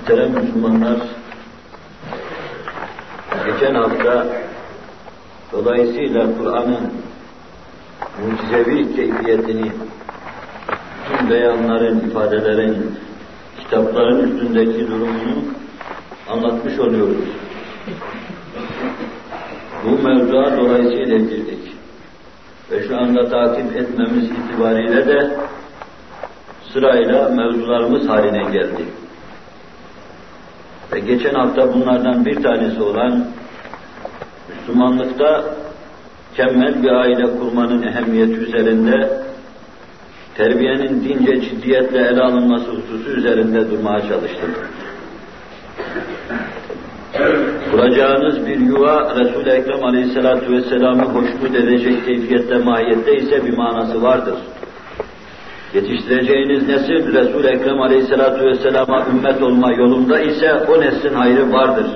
Muhterem Müslümanlar, geçen hafta dolayısıyla Kur'an'ın mucizevi keyfiyetini, tüm beyanların, ifadelerin, kitapların üstündeki durumunu anlatmış oluyoruz. Bu mevzuya dolayısıyla girdik. Ve şu anda takip etmemiz itibariyle de sırayla mevzularımız haline geldi. Ve geçen hafta bunlardan bir tanesi olan Müslümanlıkta mükemmel bir aile kurmanın ehemmiyeti üzerinde, terbiyenin dince ciddiyetle ele alınması hususu üzerinde durmaya çalıştım. Kuracağınız bir yuva, Resul-i Ekrem Aleyhisselatü Vesselam'ı hoşnut edecek keyfiyette, mahiyette ise bir manası vardır. Yetiştireceğiniz nesil, Resul-i Ekrem Aleyhisselatü Vesselam'a ümmet olma yolunda ise o neslin hayrı vardır.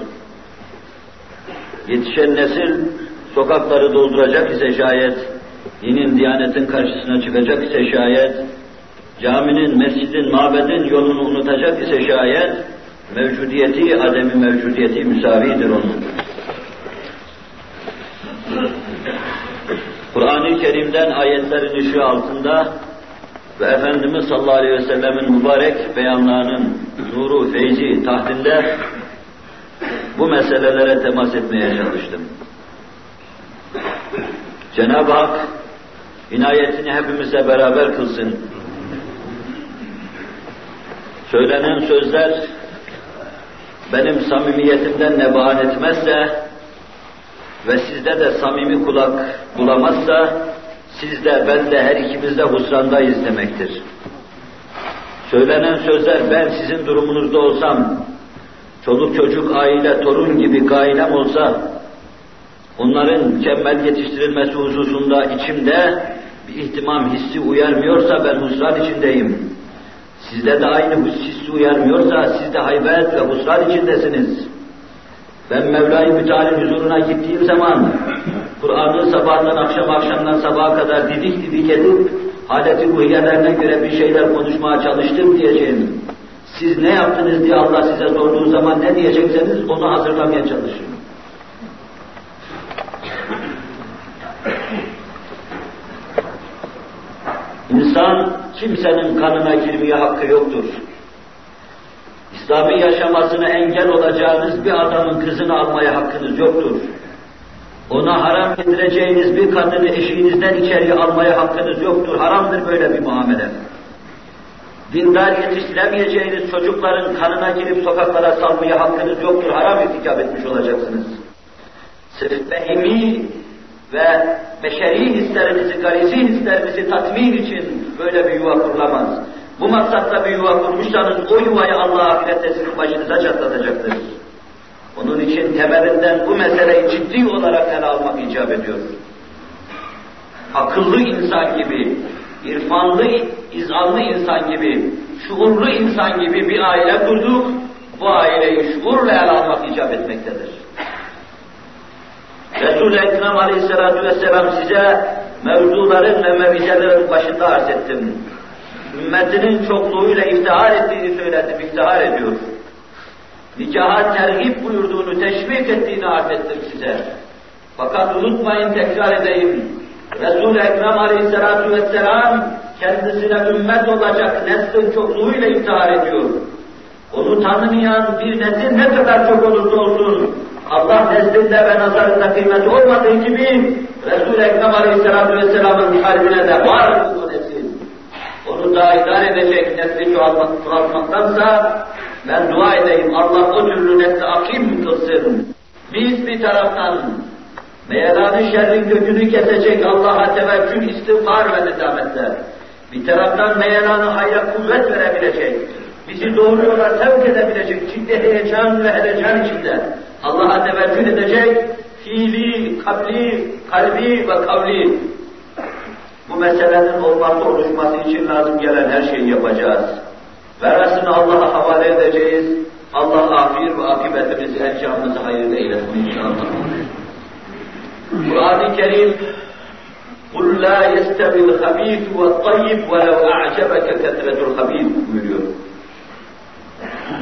Yetişen nesil, sokakları dolduracak ise şayet, dinin, diyanetin karşısına çıkacak ise şayet, caminin, mescidin, mabedin yolunu unutacak ise şayet, mevcudiyeti, ademi mevcudiyeti müsavidir onun. Kur'an-ı Kerim'den ayetlerin ışığı altında ve Efendimiz sallallahu aleyhi ve sellemin mübarek beyanlarının nuru, feyzi, tahtinde bu meselelere temas etmeye çalıştım. Cenab-ı Hak inayetini hepimize beraber kılsın. Söylenen sözler benim samimiyetimden nebahat etmezse ve sizde de samimi kulak bulamazsa, siz de ben de her ikimiz de husrandayız demektir. Söylenen sözler ben sizin durumunuzda olsam, çoluk çocuk, aile, torun gibi gailem olsa, onların mükemmel yetiştirilmesi hususunda içimde bir ihtimam hissi uyarmıyorsa ben husran içindeyim. Sizde de aynı hissi uyarmıyorsa siz de haybet ve husran içindesiniz. Ben Mevla-i Müteala'nın huzuruna gittiğim zaman Kur'an'ı sabahtan akşam, akşamdan sabaha kadar didik didik edip haleti ruhiyelerine göre bir şeyler konuşmaya çalıştım diyeceğim. Siz ne yaptınız diye Allah size sorduğu zaman ne diyecekseniz onu hazırlamaya çalışın. İnsan kimsenin kanına girmeye hakkı yoktur. İslami yaşamasına engel olacağınız bir adamın kızını almaya hakkınız yoktur. Ona haram getireceğiniz bir kadını eşiğinizden içeriye almaya hakkınız yoktur. Haramdır böyle bir muamele. Dindar yetiştiremeyeceğiniz çocukların kanına girip sokaklara salmaya hakkınız yoktur. Haram irtikap etmiş olacaksınız. Sırf behimi ve beşeri hislerinizi, garizi hislerinizi tatmin için böyle bir yuva kurulamaz. Bu maksatla bir yuva kurmuşsanız o yuvayı Allah ahirette sizin başınıza çatlatacaktır. Onun için temelinden bu meseleyi ciddi olarak ele almak icap ediyor. Akıllı insan gibi, irfanlı, izanlı insan gibi, şuurlu insan gibi bir aile kurduk, bu aileyi şuurla ele almak icap etmektedir. Resul-i Ekrem Aleyhisselatü Vesselam size mevzuların ve mevizelerin başında arz ettim. Ümmetinin çokluğuyla iftihar ettiğini söyledim, iftihar ediyor. Nikaha terhip buyurduğunu, teşvik ettiğini arz ettim size. Fakat unutmayın, tekrar edeyim. Resul-i Ekrem Aleyhisselatü Vesselam kendisine ümmet olacak neslin çokluğuyla iftihar ediyor. Onu tanımayan bir nesil ne kadar çok olursa olsun, Allah nezdinde ve nazarında kıymeti olmadığı gibi Resul-i Ekrem Aleyhisselatü Vesselam'ın kalbine de var bu nesil. Onu da idare edecek nesli çoğaltmaktansa ben dua edeyim, Allah o türlü nesli akim kılsın. Biz bir taraftan meyelanı şerrin gökünü kesecek Allah'a teveccüh, istiğfar ve nedametler, bir taraftan meyelanı hayra kuvvet verebilecek, bizi doğru yola sevk edebilecek ciddi heyecan ve heyecan içinde Allah'a teveccüh edecek fiili, kalbi ve kavli bu meselenin olması, oluşması için lazım gelen her şeyi yapacağız. Verasını Allah'a havale edeceğiz. Allah afir ve akıbetimizi, encamımızı hayırlı eylesin inşallah. Kur'an-ı Kerim قُلْ لَا يَسْتَوِي الْخَبِيثُ وَالطَّيِّبُ وَلَوْ أَعْجَبَكَ كَثْرَةُ الْخَبِيثِ buyuruyor.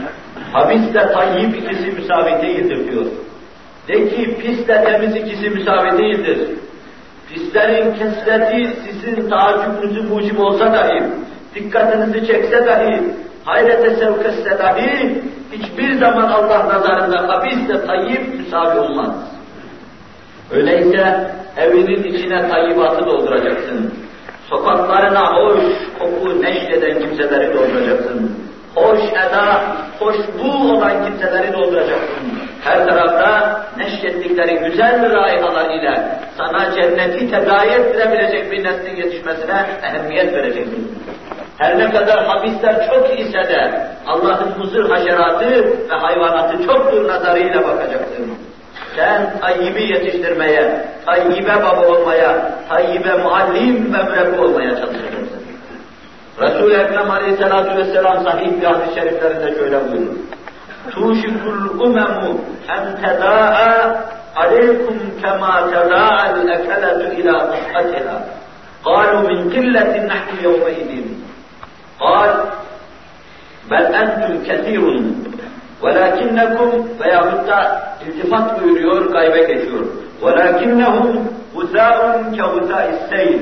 Habisle tayyib ikisi müsavi değildir diyor. De ki pisle temiz ikisi müsavi değildir. Pislerin kesreti sizin taaccübünüzü mucib olsa dahi, dikkatinizi çekse dahi, hayrete sevk etse dahi, hiçbir zaman Allah nazarında habisle tayyib müsavi olmaz. Öyleyse evinin içine tayyibatı dolduracaksın. Sokaklarına hoş koku neşreden kimseleri dolduracaksın. Hoş eda, hoş bu olan kimseleri dolduracaksın. Her tarafta neşrettikleri güzel raihalar ile sana cenneti tedavi ettirebilecek bir neslin yetişmesine ehemmiyet vereceksin. Her ne kadar habisler çok ise de Allah'ın huzur haşeratı ve hayvanatı çoktur nazarıyla bakacaksın. Sen tayyibi yetiştirmeye, tayyibe baba olmaya, tayyibe muallim ve mürebbi olmaya çalışacaksın. Resul-i Ekrem Aleyhisselatü Vesselam sahih bir hadis-i şeriflerinde şöyle buyurur. Tuşikul umemu en teda'a aleykum kema teda'al ekeletu ila kıs'atiha. Qalu min killetin nahnu yevmeydin. Qal bel entum kesirun. Velakinnekum veyahut da iltifat buyuruyor, gaybe geçiyor. Velakinnehum guzâ'un ke guzâ'is-seyl.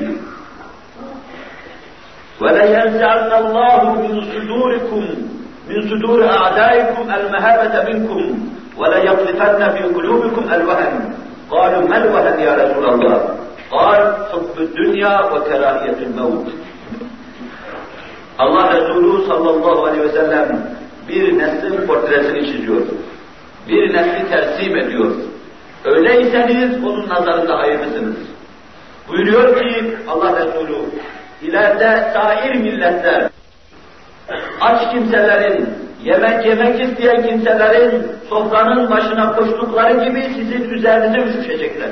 وَلَيَنْزَعَنَّ اللّٰهُ مِنْ صُدُورِكُمْ مِنْ صُدُورِ أَعْدَائِكُمْ الْمَهَابَةَ مِنْكُمْ وَلَيَقْذِفَنَّ فِي قُلُوبِكُمْ الْوَهَنَ قَالُوا مَا الْوَهَنُ يَا رَسُولَ اللّٰهِ قَالَ حُبُّ الدُّنْيَا وَكَرَاهِيَةُ الْمَوْتِ. Allah Resulü sallallahu aleyhi ve sellem bir neslin portresini çiziyor. Bir nesli tersim ediyor. Öyleyseniz onun nazarında hayırlısınız. Buyuruyor ki Allah Resulü, İleride sair milletler, aç kimselerin, yemek yemek isteyen kimselerin sofranın başına koştukları gibi sizin üzerinize üşüşecekler.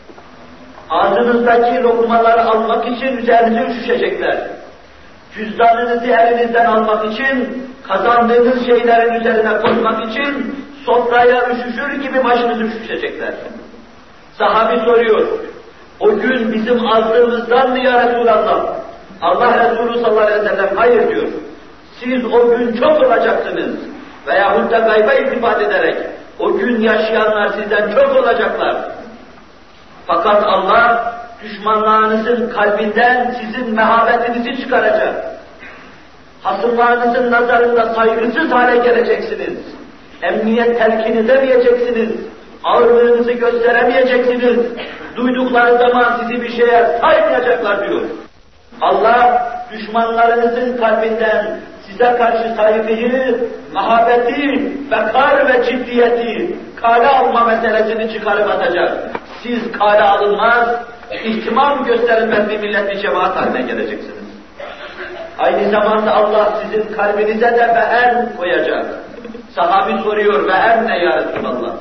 Ağzınızdaki lokmaları almak için üzerinize üşüşecekler. Cüzdanınızı elinizden almak için, kazandığınız şeylerin üzerine koymak için sofraya üşüşür gibi başınızı üşüşecekler. Sahabi soruyor, o gün bizim azdığımızdan mı ya Resulallah? Allah Resulü sallallahu aleyhi ve sellem hayır diyor. Siz o gün çok olacaksınız. Veyahut da gayba iltifat ederek o gün yaşayanlar sizden çok olacaklar. Fakat Allah düşmanlarınızın kalbinden sizin mehabetinizi çıkaracak. Hasımlarınızın nazarında saygısız hale geleceksiniz. Emniyet telkin edemeyeceksiniz. Ağırlığınızı gösteremeyeceksiniz. Duydukları zaman sizi bir şeye saymayacaklar diyor. Allah düşmanlarınızın kalbinden size karşı saygıyı, mehabeti, bekar ve ciddiyeti, kale alma meselesini çıkarıp atacak. Siz kale alınmaz, ihtimam gösterilmez bir millet-i cemaat haline geleceksiniz. Aynı zamanda Allah sizin kalbinize de beğen koyacak. Sahabi soruyor, beğen ne ya Resulallah?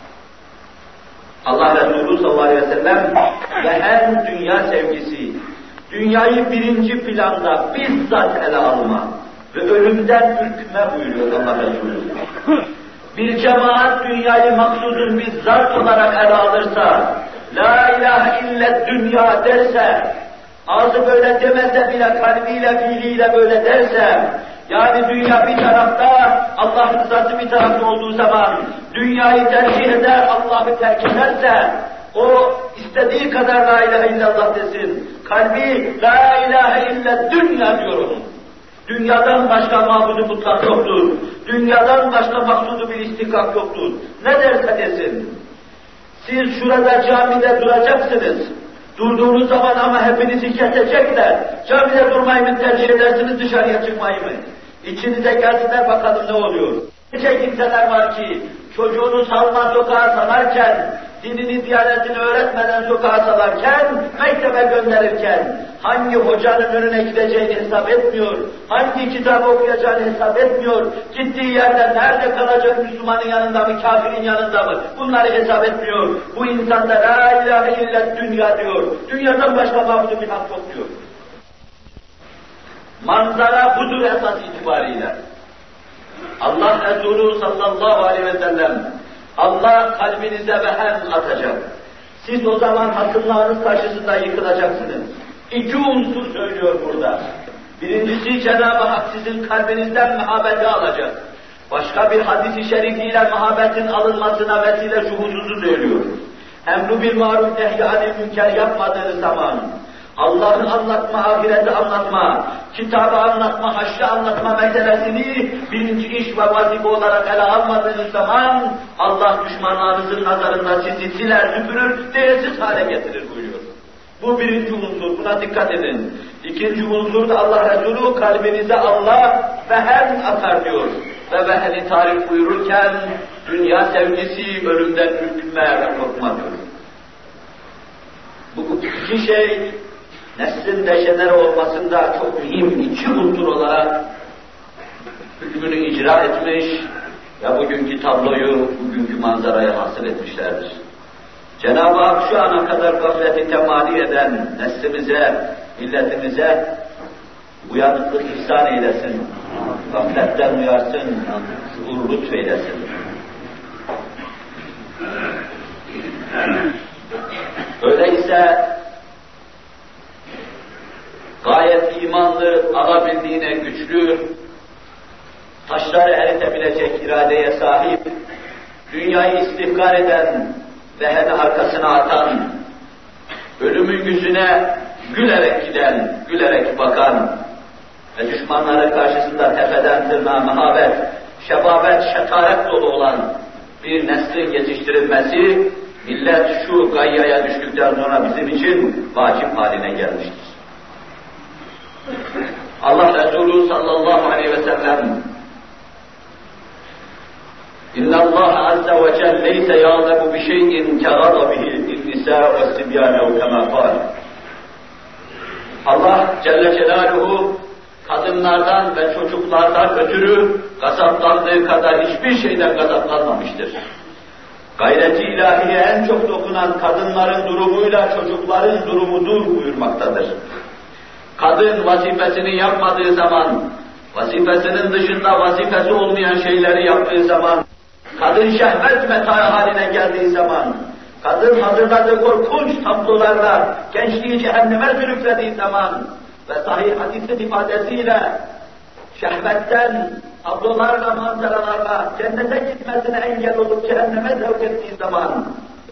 Allah Resulü sallallahu aleyhi ve sellem beğen dünya sevgisi, dünyayı birinci planda bizzat ele alma ve ölümden ürkme buyuruyor Allah Resulü. Bir cemaat dünyayı maksudun bizzat olarak ele alırsa, la ilahe illet dünya derse, ağzı böyle demese bile kalbiyle, fiiliyle böyle derse, yani dünya bir tarafta, Allah rızası bir tarafta olduğu zaman, dünyayı tercih eder, Allah'ı terk ederse, o istediği kadar la ilahe illallah desin. Kalbi la ilahe illet dünya diyor onun. Dünyadan başka mabudu mutlak yoktur. Dünyadan başka maksudu bir istikak yoktur. Ne derse desin. Siz şurada camide duracaksınız. Durduğunuz zaman ama hepinizi kesecekler. Camide durmayı mı tercih edersiniz, dışarıya çıkmayı mı? İçinize gelsinler bakalım ne oluyor. Nice kimseler var ki çocuğunu salma sokağa salarken, dinini, diyanetini öğretmeden sokağa salarken, mektebe gönderirken, hangi hocanın önüne gideceğini hesap etmiyor, hangi kitabı okuyacağını hesap etmiyor, gittiği yerde nerede kalacak, Müslümanın yanında mı, kafirin yanında mı, bunları hesap etmiyor. Bu insan da la ilahe illet dünya diyor, dünyadan başka mabudu bir hak yok diyor. Manzara budur esas itibariyle. Allah Resulü sallallahu aleyhi ve sellem, Allah kalbinize vehem atacak. Siz o zaman hasımlarınız karşısında yıkılacaksınız. İki unsur söylüyor burada. Birincisi Cenab-ı Hak sizin kalbinizden mehabeti alacak. Başka bir hadis-i şerifiyle muhabbetin alınmasına vesile şu hususu söylüyor. Emru bil maruf nehy-i münker yapmadığı zaman, Allah'ı anlatma, ahireti anlatma, kitabı anlatma, haşrı anlatma meselesini birinci iş ve vazife olarak ele almadığınız zaman Allah düşmanlarınızın nazarında sizi siler, süpürür, değersiz hale getirir buyuruyor. Bu birinci unsur, buna dikkat edin. İkinci unsur da Allah Resulü kalbinize Allah vehen atar diyor. Ve veheni tarif buyururken dünya sevgisi ölümden ürkme ve korkmadır. Bu iki şey neslin dejenere olmasında çok mühim iki unsur olarak hükmünü icra etmiş ve bugünkü tabloyu, bugünkü manzarayı hasıl etmişlerdir. Cenab-ı Hak şu ana kadar gafleti temali eden neslimize, milletimize uyanıklık ihsan eylesin, gafletten uyarsın, şuur lütfeylesin. Öyleyse gayet imanlı, alabildiğine güçlü, taşları eritebilecek iradeye sahip, dünyayı istihkar eden, veheni arkasına atan, ölümün yüzüne gülerek giden, gülerek bakan ve düşmanları karşısında tepeden tırnağa mehabet, şebabet, şetaret dolu olan bir neslin yetiştirilmesi, millet şu gayyaya düştükten sonra bizim için vacip haline gelmiştir. Allah Resulü sallallahu aleyhi ve sellem اِنَّ اللّٰهَ عَزَّ وَجَلَّ لَيْسَ يَعْلَمُ بِشَيْءٍ كَغَضَبِهِ النِّسَاءُ وَالصِّبْيَانَ كَمَا قَالَ Allah Celle Celaluhu kadınlardan ve çocuklardan ötürü gazaplandığı kadar hiçbir şeyden gazaplanmamıştır. Gayreti ilahiye en çok dokunan kadınların durumuyla çocukların durumudur buyurmaktadır. Kadın vazifesini yapmadığı zaman, vazifesinin dışında vazifesi olmayan şeyleri yaptığı zaman, kadın şehvet metaı haline geldiği zaman, kadın hazırladığı korkunç tablolarla gençliği cehenneme sürüklediği zaman ve sahih hadisin ifadesiyle şehvetten, tablolarla, manzaralarla cennete gitmesine engel olup cehenneme sevk ettiği zaman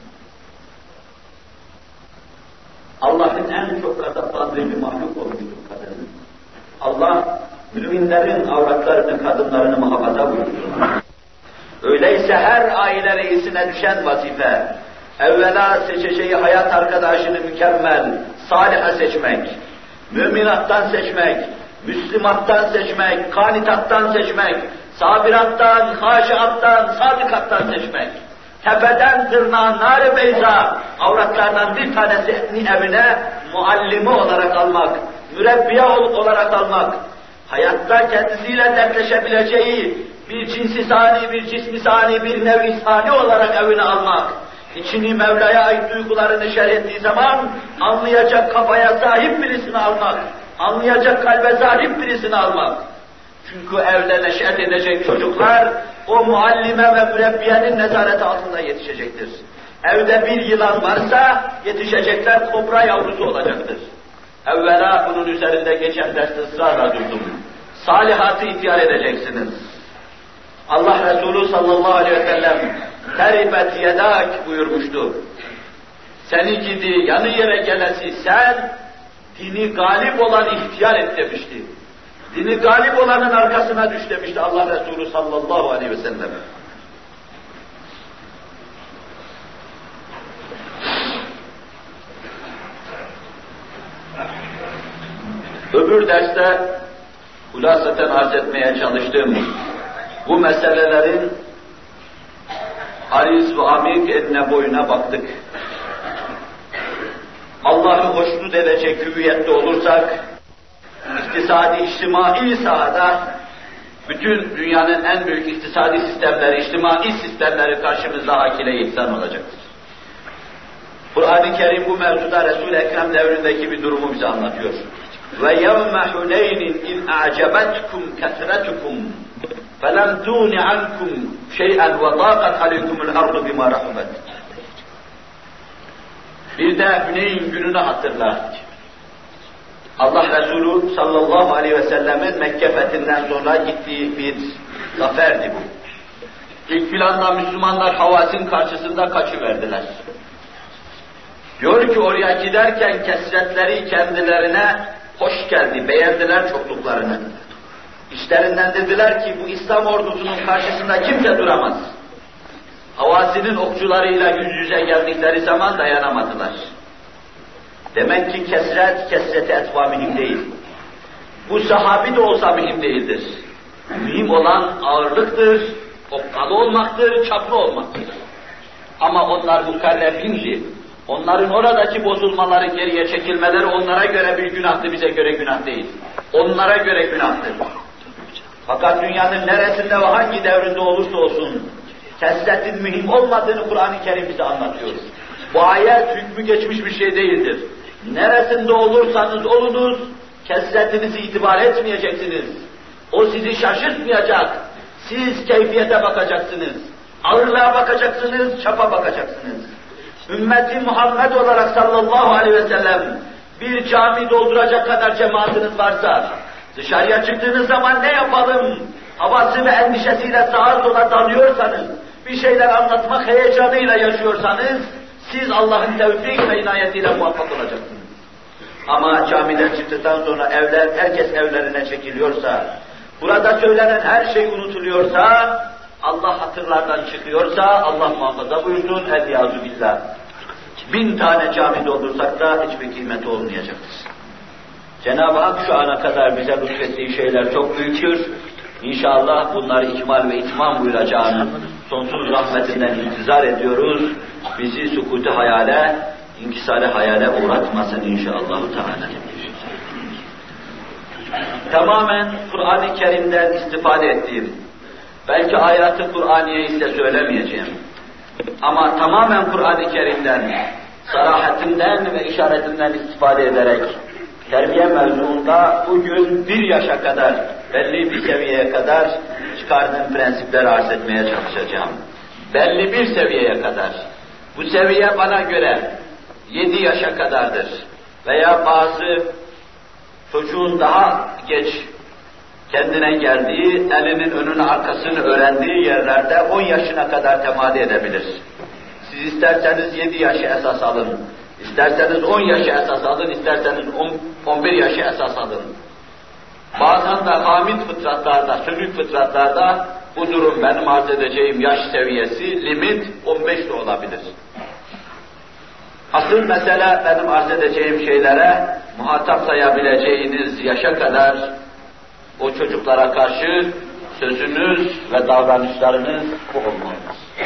Allah'ın en çok gazaplandığı bir mahluk olmuştur kadın. Allah müminlerin avratlarını, kadınlarını muhafaza buyurur. Öyleyse her aile reisine düşen vazife, evvela seçeceği hayat arkadaşını mükemmel, saliha seçmek, müminattan seçmek, müslimattan seçmek, kanitattan seçmek, sabirattan, haşiattan, sadıkattan seçmek. Tepeden tırnağa nar-ı beyza, avratlardan bir tanesini evine muallimi olarak almak, mürebbiye olarak almak, hayatta kendisiyle dertleşebileceği bir cinsi sani, bir cismi sani, bir nev-i sani olarak evine almak, içini Mevla'ya ait duygularını şerh ettiği zaman anlayacak kafaya sahip birisini almak, anlayacak kalbe sahip birisini almak. Çünkü evde neşet edecek çocuklar o muallime ve mürebbiyenin nezareti altında yetişecektir. Evde bir yılan varsa yetişecekler kobra yavrusu olacaktır. Evvela bunun üzerinde geçen derste ısrarla durdum. Salihatı ihtiyar edeceksiniz. Allah Resulü sallallahu aleyhi ve sellem teribet yedak buyurmuştu. Seni gidi yanı yere gelesi sen dini galip olan ihtiyar et demişti. Dini galip olanın arkasına düş demişti Allah Resulü sallallahu aleyhi ve sellem. Öbür derste hulasaten arz etmeye çalıştığım bu meselelerin hariz ve amik enine boyuna baktık. Allah'ı hoşnut edecek hüviyette olursak, iktisadi, içtimai sahada bütün dünyanın en büyük iktisadi sistemleri, içtimai sistemleri karşımızda hakile ihsan olacaktır. Kur'an-ı Kerim bu mevzuda Resul-i Ekrem devrindeki bir durumu bize anlatıyor. وَيَوْمَ حُنَيْنٍ اِنْ اَعْجَبَتْكُمْ كَثْرَتُكُمْ فَلَمْ تُغْنِ عَنْكُمْ شَيْئًا وَضَاقَتْ عَلَيْكُمُ الْأَرْضُ بِمَا رَحُبَتْ. Bir de Hüneyn gününü hatırla. Allah Resulü sallallahu aleyhi ve sellemin Mekke fethinden sonra gittiği bir Zaferdi bu. İlk planda Müslümanlar Havazin karşısında kaçıverdiler. Diyor ki oraya giderken kesretleri kendilerine hoş geldi, beğendiler çokluklarını. İşlerinden dediler ki bu İslam ordusunun karşısında kimse duramaz. Havazin'in okçularıyla yüz yüze geldikleri zaman dayanamadılar. Demek ki kesreti etva mühim değil. Bu sahabi de olsa mühim değildir. Mühim olan ağırlıktır, okkalı olmaktır, çaplı olmaktır. Ama onlar mukallefindi. Onların oradaki bozulmaları, geriye çekilmeleri onlara göre bir günahtı, bize göre günah değil. Onlara göre günahtır. Fakat dünyanın neresinde ve hangi devrinde olursa olsun, kesretin mühim olmadığını Kur'an-ı Kerim bize anlatıyor. Bu ayet hükmü geçmiş bir şey değildir. Neresinde olursanız olunuz, kesretinizi itibar etmeyeceksiniz. O sizi şaşırtmayacak. Siz keyfiyete bakacaksınız. Ağırlığa bakacaksınız, çapa bakacaksınız. Ümmeti Muhammed olarak sallallahu aleyhi ve sellem bir cami dolduracak kadar cemaatiniz varsa, dışarıya çıktığınız zaman ne yapalım havası ve endişesiyle sağa sola dalıyorsanız, bir şeyler anlatmak heyecanıyla yaşıyorsanız, siz Allah'ın tevfik ve inayetiyle muvaffak olacaksınız. Ama camiden çıktıktan sonra herkes evlerine çekiliyorsa, burada söylenen her şey unutuluyorsa, Allah hatırlardan çıkıyorsa, Allah muhafaza buyursun, el-yâzu billah. 1000 tane cami doldursak da hiçbir kıymeti olmayacaktır. Cenab-ı Hak şu ana kadar bize lütfettiği şeyler çok büyüktür. İnşallah bunları ikmal ve itmam buyuracağını sonsuz rahmetinden intizar ediyoruz. Bizi sukutu hayale, inkisale hayale uğratmasın inşallah. Tamamen Kur'an-ı Kerim'den istifade ettiğim, belki ayat-ı Kur'aniye'yi size söylemeyeceğim. Ama tamamen Kur'an-ı Kerim'den, sarahatinden ve işaretinden istifade ederek, terbiye mevzuunda bugün 1 yaşa kadar, belli bir seviyeye kadar çıkardığım prensipleri arz etmeye çalışacağım. Belli bir seviyeye kadar. Bu seviye bana göre 7 yaşa kadardır. Veya bazı çocuğun daha geç kendine geldiği, elinin önünü arkasını öğrendiği yerlerde 10 yaşına kadar temadi edebilir. Siz isterseniz 7 yaşı esas alın, isterseniz 10 yaşı esas alın, isterseniz 11 yaşı esas alın. Bazen de hamid fıtratlarda, sönük fıtratlarda bu durum benim arz edeceğim yaş seviyesi, limit 15 de olabilir. Asıl mesele benim arz edeceğim şeylere muhatap sayabileceğiniz yaşa kadar o çocuklara karşı sözünüz ve davranışlarınız bu olmalı.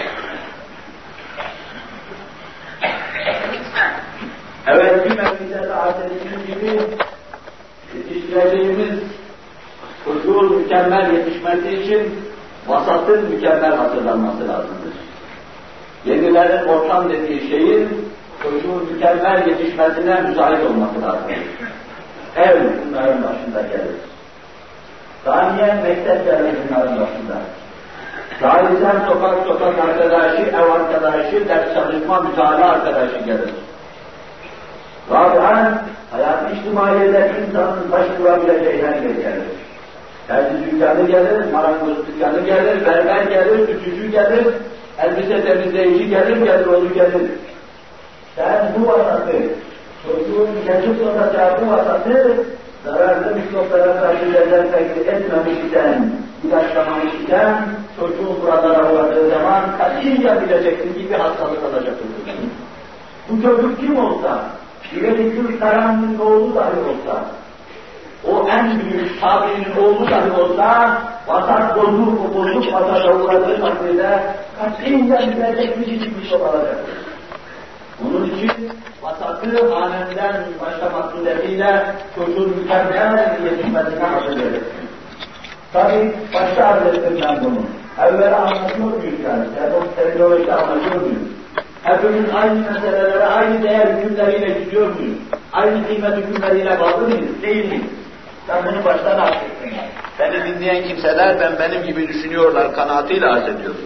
Evet, bir mevzide arz ettiğimiz gibi yetiştireceğimiz çocuğun mükemmel yetişmesi için vasatın mükemmel hazırlanması lazımdır. Yenilerin ortam dediği şeyin çocuğun mükemmel yetişmesine müsait olması lazımdır. Ev bunların başında gelir. Saniyen mektep gelir bunların başında. Salisen sokak arkadaşı, ev arkadaşı, ders çalışma, mütalaa arkadaşı gelir. Rabi'an, hayat-ı içtimaiyede insanın başvurabileceği her yer gelir. Terzi dükkanı gelir, marangoz dükkanı gelir, berber gelir, ütücü gelir, elbise temizleyici gelir, onu gelir. Sen bu vasatı, çocuğun geçip sokacağı bu vasatı, zararlı mikroflara karşı dezenfekte etmemiş isen, ilaçlamamış isen, çocuğun buralara uğradığı zaman katiyen bileceksin ki bir hastalık alacaktır. Bu çocuk kim olsa, İleri Türk Karan'ın oğlu dahi olsa, o en büyük tabirinin oğlu dahi olsa, vasat bozuk vasata uğradığı takdirde katiyen bilecek bir mikrop alacaktır. Bunun için vasatı hanenden başlamak suretiyle çocuğun mükemmel yetişmesine hazırlayacak. Tabi başta arz ettim ben bunu. Evvela anlatıyor muyuz yani? Terminolojide anlatıyor muyuz? Hepimiz aynı meselelere, aynı değer hükümleriyle gidiyor muyuz? Aynı kıymet hükümleriyle bağlı mıyız? Değil miyiz? Ben bunu baştan arz ettim. Beni dinleyen kimseler benim gibi düşünüyorlar kanaatiyle arz ediyorum.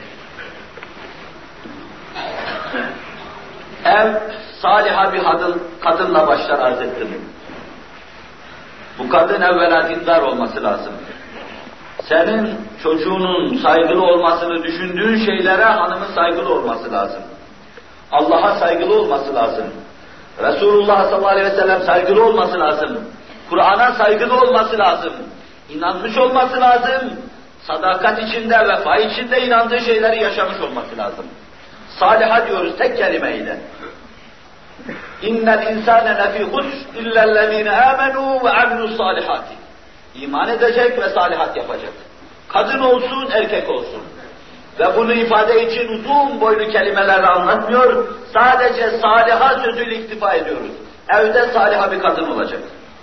Ev, saliha bir kadınla başlar arz ettim. Bu kadın evvela dindar olması lazım. Senin çocuğunun saygılı olmasını düşündüğün şeylere hanımın saygılı olması lazım. Allah'a saygılı olması lazım. Resulullah sallallahu aleyhi ve sellem saygılı olması lazım. Kur'an'a saygılı olması lazım. İnanmış olması lazım. Sadakat içinde, vefa içinde inandığı şeyleri yaşamış olması lazım. Saliha diyoruz tek kelimeyle. İnnel insâne lefî husr illellezîne âmenû ve amilus salihâti. İman edecek ve salihat yapacak. Kadın olsun, erkek olsun. Ve bunu ifade için uzun boylu kelimelerle anlatmıyor, sadece saliha sözüyle iktifa ediyoruz. Evde saliha bir kadın olacak.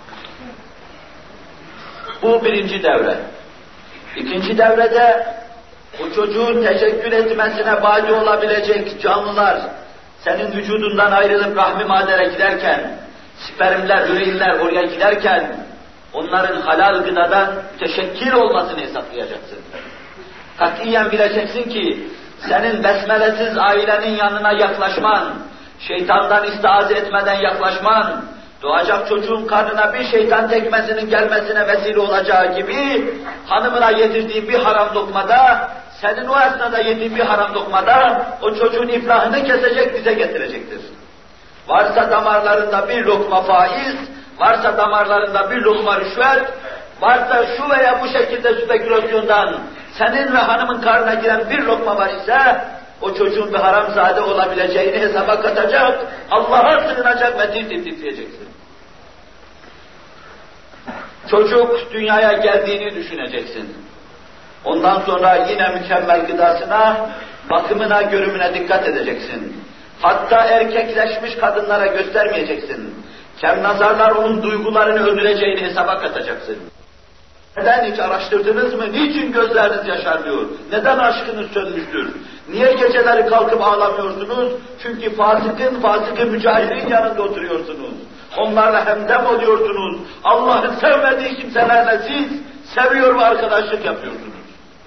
Bu birinci devre. İkinci devrede bu çocuğun teşekkür etmesine bâci olabilecek canlılar senin vücudundan ayrılıp rahmi madere giderken, spermler, ürünler oraya giderken onların halal gıdadan teşekkür olmasını hesaplayacaksın. Katiyen bileceksin ki senin besmelesiz ailenin yanına yaklaşman, şeytandan istiaze etmeden yaklaşman, doğacak çocuğun karnına bir şeytan tekmesinin gelmesine vesile olacağı gibi hanımına yedirdiğin bir haram lokmada, senin o esnada yediğin bir haram lokmada o çocuğun iflahını kesecek, bize getirecektir. Varsa damarlarında bir lokma faiz, varsa damarlarında bir lokma rüşvet, varsa şu veya bu şekilde spekülasyondan senin ve hanımın karnına giren bir lokma var ise, o çocuğun bir haramzade olabileceğini hesaba katacak, Allah'a sığınacak ve titreyeceksin. Çocuk dünyaya geldiğini düşüneceksin. Ondan sonra yine mükemmel gıdasına, bakımına, görümüne dikkat edeceksin. Hatta erkekleşmiş kadınlara göstermeyeceksin. Kemnazarlar onun duygularını öldüreceğini hesaba katacaksın. Neden hiç araştırdınız mı? Niçin gözleriniz yaşarmıyor? Neden aşkınız sönmüştür? Niye geceleri kalkıp ağlamıyorsunuz? Çünkü fasıkın mücahirin yanında oturuyorsunuz. Onlarla hemdem oluyorsunuz. Allah'ın sevmediği kimselerle siz seviyor ve arkadaşlık yapıyorsunuz.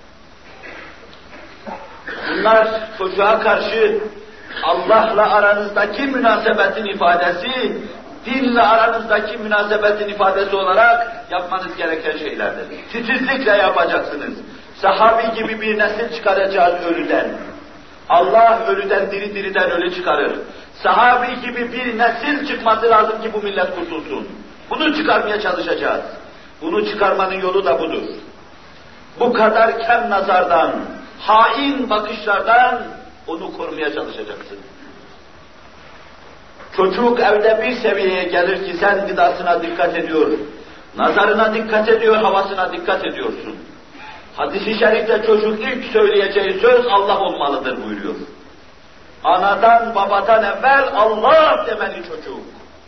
Bunlar çocuğa karşı Allah'la aranızdaki münasebetin ifadesi, dinle aranızdaki münasebetin ifadesi olarak yapmanız gereken şeylerdir. Titizlikle yapacaksınız. Sahabi gibi bir nesil çıkaracağız ölüden. Allah ölüden diriden ölü çıkarır. Sahabi gibi bir nesil çıkması lazım ki bu millet kurtulsun. Bunu çıkarmaya çalışacağız. Bunu çıkarmanın yolu da budur. Bu kadar kem nazardan, hain bakışlardan onu korumaya çalışacaksın. Çocuk evde bir seviyeye gelir ki sen gıdasına dikkat ediyor, nazarına dikkat ediyor, havasına dikkat ediyorsun. Hadis-i şerifte çocuk ilk söyleyeceği söz Allah olmalıdır buyuruyor. Anadan babadan evvel Allah demeli çocuk.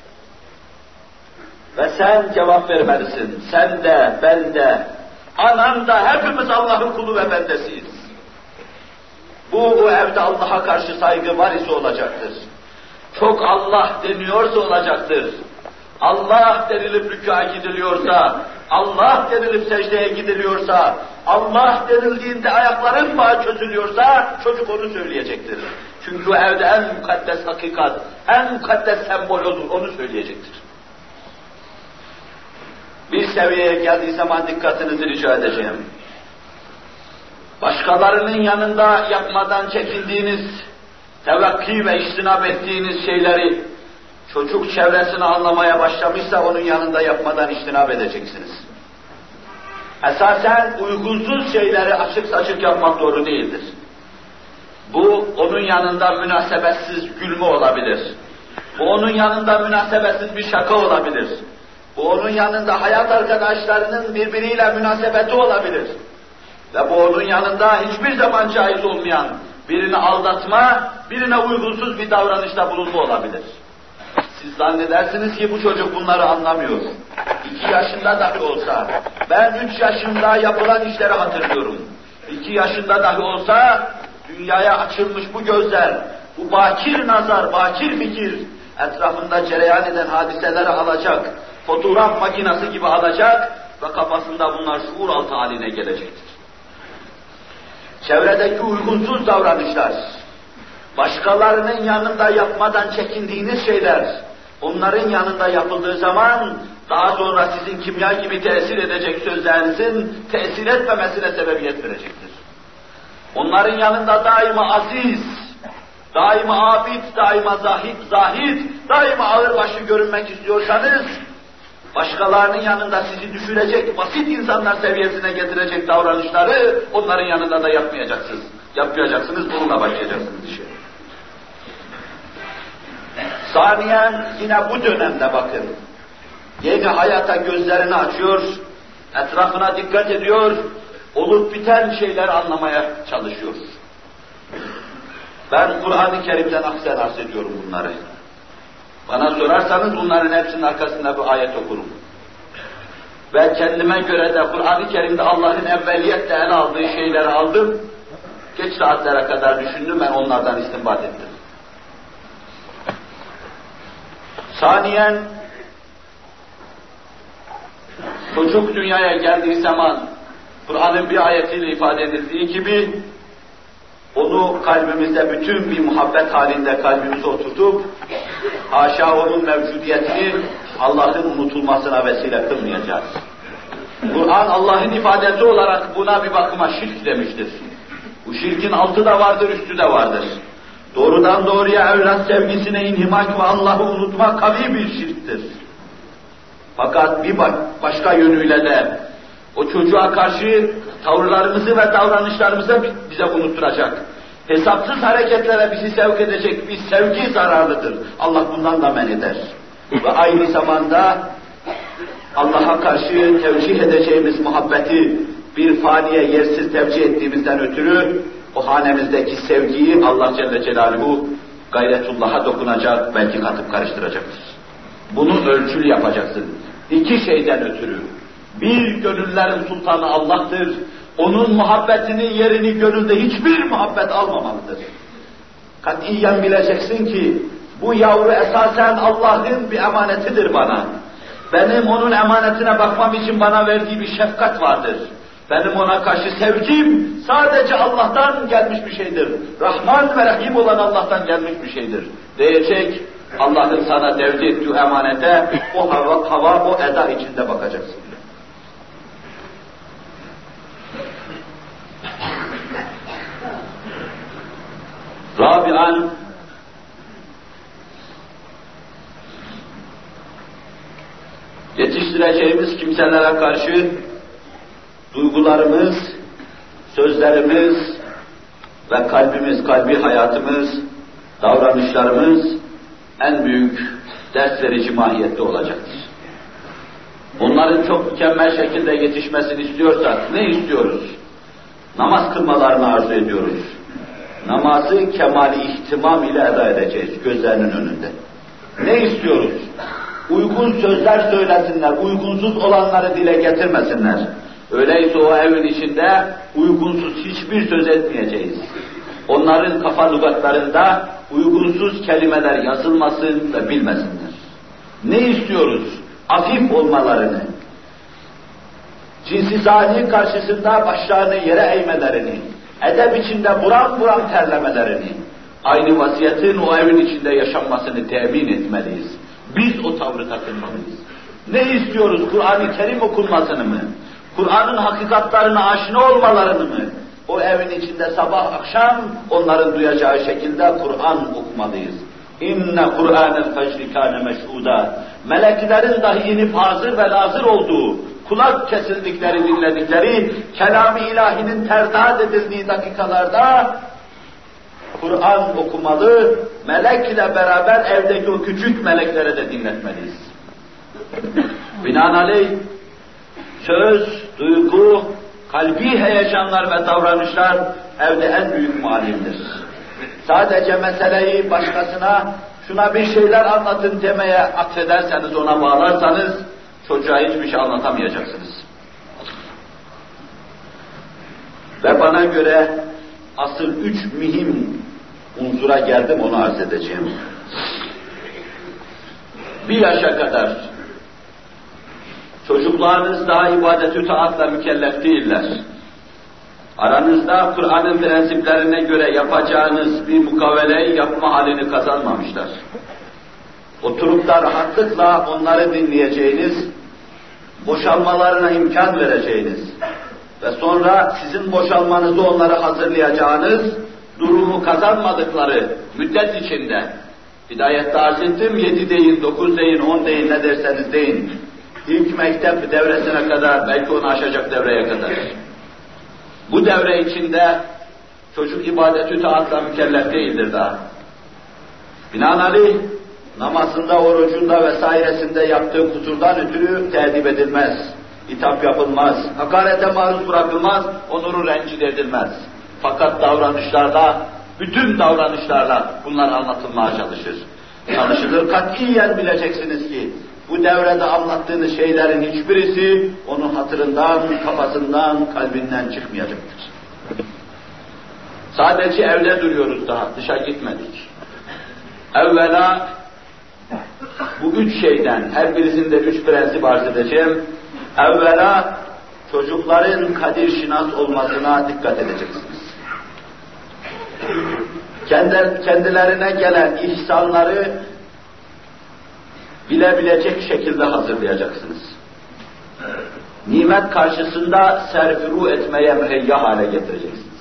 Ve sen cevap vermelisin. Sen de, ben de, anan da hepimiz Allah'ın kulu ve bendesiyiz. Bu evde Allah'a karşı saygı var ise olacaktır. Çok Allah deniyorsa olacaktır. Allah denilip rükûa gidiliyorsa, Allah denilip secdeye gidiliyorsa, Allah denildiğinde ayakların bağı çözülüyorsa çocuk onu söyleyecektir. Çünkü o evde en mukaddes hakikat, en mukaddes sembol olur, onu söyleyecektir. Bir seviyeye geldiği zaman dikkatinizi rica edeceğim. Başkalarının yanında yapmadan çekindiğiniz, tevakki ve içtinab ettiğiniz şeyleri çocuk çevresini anlamaya başlamışsa onun yanında yapmadan içtinab edeceksiniz. Esasen uygunsuz şeyleri açık saçık yapmak doğru değildir. Bu onun yanında münasebetsiz gülme olabilir. Bu onun yanında münasebetsiz bir şaka olabilir. Bu onun yanında hayat arkadaşlarının birbiriyle münasebeti olabilir. Ve bu onun yanında hiçbir zaman caiz olmayan birini aldatma, birine uygunsuz bir davranışta bulunma olabilir. Siz zannedersiniz ki bu çocuk bunları anlamıyor. 2 yaşında dahi olsa, ben 3 yaşında yapılan işleri hatırlıyorum. 2 yaşında dahi olsa, dünyaya açılmış bu gözler, bu bakir nazar, bakir fikir, etrafında cereyan eden hadiseleri alacak, fotoğraf makinesi gibi alacak ve kafasında bunlar şuur altı haline gelecektir. Çevredeki uygunsuz davranışlar, başkalarının yanında yapmadan çekindiğiniz şeyler, onların yanında yapıldığı zaman daha sonra sizin kimya gibi tesir edecek sözlerinizin tesir etmemesine sebebiyet verecektir. Onların yanında daima aziz, daima abid, daima zahid, daima ağırbaşı görünmek istiyorsanız, başkalarının yanında sizi düşürecek, basit insanlar seviyesine getirecek davranışları onların yanında da yapmayacaksınız. Yapmayacaksınız, bununla başlayacaksınız işe. Saniyen yine bu dönemde bakın, yeni hayata gözlerini açıyor, etrafına dikkat ediyor, olup biten şeyleri anlamaya çalışıyor. Ben Kur'an-ı Kerim'den aksen arz ediyorum bunları. Bana sorarsanız bunların hepsinin arkasında bir ayet okurum. Ve kendime göre de Kur'an-ı Kerim'de Allah'ın evveliyetle ele aldığı şeyleri aldım. Geç saatlere kadar düşündüm, ben onlardan istinbat ettim. Saniyen, çocuk dünyaya geldiği zaman Kur'an'ın bir ayetiyle ifade edildiği gibi onu kalbimizde bütün bir muhabbet halinde kalbimize oturtup haşa onun mevcudiyetini Allah'ın unutulmasına vesile kılmayacağız. Kur'an Allah'ın ifadesi olarak buna bir bakıma şirk demiştir. Bu şirkin altı da vardır, üstü de vardır. Doğrudan doğruya evlat sevgisine inhimak ve Allah'ı unutma kavi bir şirktir. Fakat bir başka yönüyle de o çocuğa karşı tavırlarımızı ve davranışlarımızı bize unutturacak, hesapsız hareketlere bizi sevk edecek bir sevgi zararlıdır. Allah bundan da men eder. Ve aynı zamanda Allah'a karşı tevcih edeceğimiz muhabbeti bir faniye yersiz tevcih ettiğimizden ötürü o hanemizdeki sevgiyi Allah Celle Celaluhu gayretullah'a dokunacak, belki katıp karıştıracaktır. Bunu ölçülü yapacaksın. İki şeyden ötürü. Bir, gönüllerin sultanı Allah'tır. Onun muhabbetinin yerini gönülde hiçbir muhabbet almamalıdır. Katiyen bileceksin ki bu yavru esasen Allah'ın bir emanetidir bana. Benim onun emanetine bakmam için bana verdiği bir şefkat vardır. Benim ona karşı sevgim sadece Allah'tan gelmiş bir şeydir. Rahman ve Rahim olan Allah'tan gelmiş bir şeydir. Diyecek, Allah'ın sana devri ettiği emanete o hava, o eda içinde bakacaksın. Rabi'an, yetiştireceğimiz kimselere karşı duygularımız, sözlerimiz ve kalbi hayatımız, davranışlarımız en büyük ders verici mahiyette olacaktır. Bunların çok mükemmel şekilde yetişmesini istiyorsak ne istiyoruz? Namaz kılmalarını arzu ediyoruz. Namazı kemali ihtimam ile eda edeceğiz gözlerinin önünde. Ne istiyoruz? Uygun sözler söylesinler, uygunsuz olanları dile getirmesinler. Öyleyse o evin içinde uygunsuz hiçbir söz etmeyeceğiz. Onların kafa lügatlarında uygunsuz kelimeler yazılmasın ve bilmesinler. Ne istiyoruz? Afif olmalarını, cinsi zani karşısında başlarını yere eğmelerini, edep içinde buram buram terlemelerini, aynı vaziyetin o evin içinde yaşanmasını temin etmeliyiz. Biz o tavrı takınmalıyız. Ne istiyoruz? Kur'an-ı Kerim okunmasını mı? Kur'an'ın hakikatlarına aşina olmalarını mı? O evin içinde sabah akşam onların duyacağı şekilde Kur'an okumalıyız. İnne Kur'anel fecri kâne meşhuda. Meleklerin dahi inip hazır ve nazır olduğu, kulak kesildikleri, dinledikleri, kelam-ı ilahinin terdat edildiği dakikalarda Kur'an okumalı, melekle beraber evdeki o küçük meleklere de dinletmeliyiz. Binaenaleyh söz, duygu, kalbi heyecanlar ve davranışlar evde en büyük muallimdir. Sadece meseleyi başkasına, şuna bir şeyler anlatın demeye atfederseniz, ona bağlarsanız, çocuğa hiçbir şey anlatamayacaksınız. Ve bana göre asıl 3 mühim unsura geldim, onu arz edeceğim. 1 yaşa kadar çocuklarınız daha ibadet-ü taatla mükellef değiller. Aranızda Kur'an'ın prensiplerine göre yapacağınız bir mukaveleyi yapma halini kazanmamışlar. Oturup da rahatlıkla onları dinleyeceğiniz, boşalmalarına imkan vereceğiniz ve sonra sizin boşalmanızı onlara hazırlayacağınız durumu kazanmadıkları müddet içinde, hidayette arz ettim, 7 deyin, 9 deyin, 10 deyin, ne derseniz deyin, İlk mektep devresine kadar, belki onu aşacak devreye kadar. Bu devre içinde çocuk ibadet-ü taatla mükellef değildir daha. Binaenaleyh namazında, orucunda vesairesinde yaptığı kusurdan ötürü teedip edilmez, hitap yapılmaz, hakarete maruz bırakılmaz, onuru rencide edilmez. Fakat davranışlarda, bütün davranışlarla bunlar anlatılmaya çalışılır. Katiyen bileceksiniz ki bu devrede anlattığınız şeylerin hiçbirisi onun hatırından, kafasından, kalbinden çıkmayacaktır. Sadece evde duruyoruz daha, dışa gitmedik. Evvela bu 3 şeyden, her birisinde 3 prensip arz edeceğim. Evvela çocukların kadir şinas olmasına dikkat edeceksiniz. Kendilerine gelen ihsanları bilebilecek şekilde hazırlayacaksınız. Nimet karşısında serfiru etmeye müheyya hale getireceksiniz.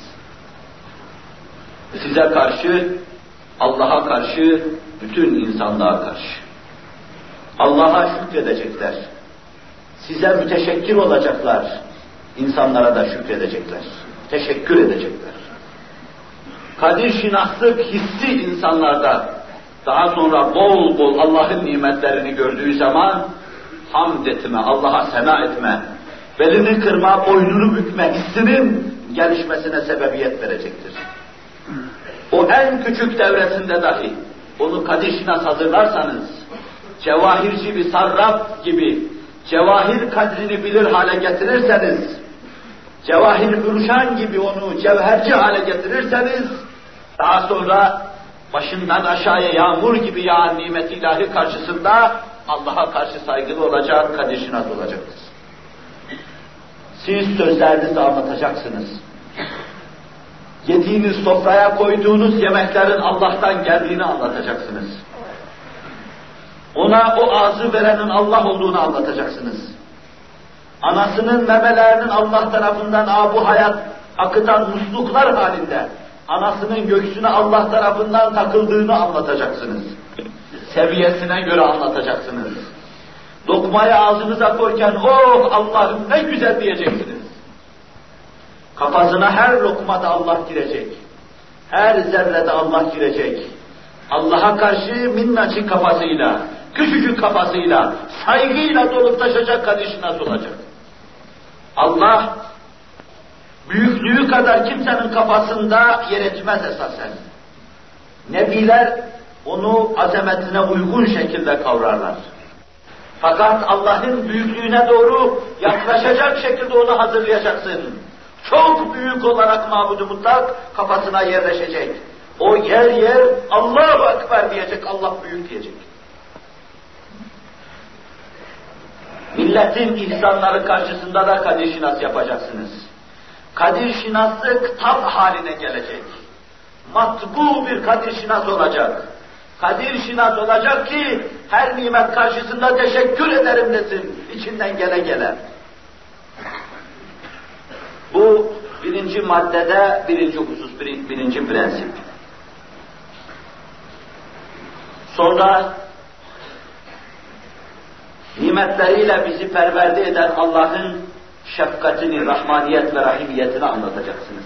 Size karşı, Allah'a karşı, bütün insanlığa karşı. Allah'a şükredecekler. Size müteşekkir olacaklar. İnsanlara da şükredecekler. Teşekkür edecekler. Kadir şinaslık hissi insanlarda daha sonra bol bol Allah'ın nimetlerini gördüğü zaman hamd etme, Allah'a sena etme, belini kırma, boynunu bükme hissinin gelişmesine sebebiyet verecektir. O en küçük devresinde dahi onu kadir şinas hazırlarsanız, cevahirci bir sarraf gibi cevahir kadrini bilir hale getirirseniz, cevahir füruşan gibi onu cevherci hale getirirseniz, daha sonra başından aşağıya yağmur gibi yağan nimet-i ilahi karşısında Allah'a karşı saygılı olacak, kadir şinas olacaktır. Siz sözlerinizi anlatacaksınız. Yediğiniz sofraya koyduğunuz yemeklerin Allah'tan geldiğini anlatacaksınız. Ona o ağzı verenin Allah olduğunu anlatacaksınız. Anasının memelerinin Allah tarafından bu hayat akıtan musluklar halinde anasının göğsüne Allah tarafından takıldığını anlatacaksınız. Seviyesine göre anlatacaksınız. Lokmayı ağzınıza koyarken oh Allah'ım ne güzel diyeceksiniz. Kafasına her lokmada Allah girecek. Her zerrede Allah girecek. Allah'a karşı minnacık kafasıyla, küçücük kafasıyla, saygıyla dolup taşacak kadişinaz olacak. Allah büyüklüğü kadar kimsenin kafasında yer etmez esasen. Nebiler onu azametine uygun şekilde kavrarlar. Fakat Allah'ın büyüklüğüne doğru yaklaşacak şekilde onu hazırlayacaksın. Çok büyük olarak mabud-u mutlak kafasına yerleşecek. O yer yer Allahu Ekber diyecek, Allah büyük diyecek. Milletin ihsanları karşısında da kadir şinas yapacaksınız. Kadir şinaslık tab haline gelecek. Matbu bir kadir şinas olacak. Kadir şinas olacak ki her nimet karşısında teşekkür ederim desin içinden gele gele. Bu birinci maddede birinci husus, birinci prensip. Sonra nimetleriyle bizi perverde eden Allah'ın şefkatini, rahmaniyet ve rahimiyetini anlatacaksınız.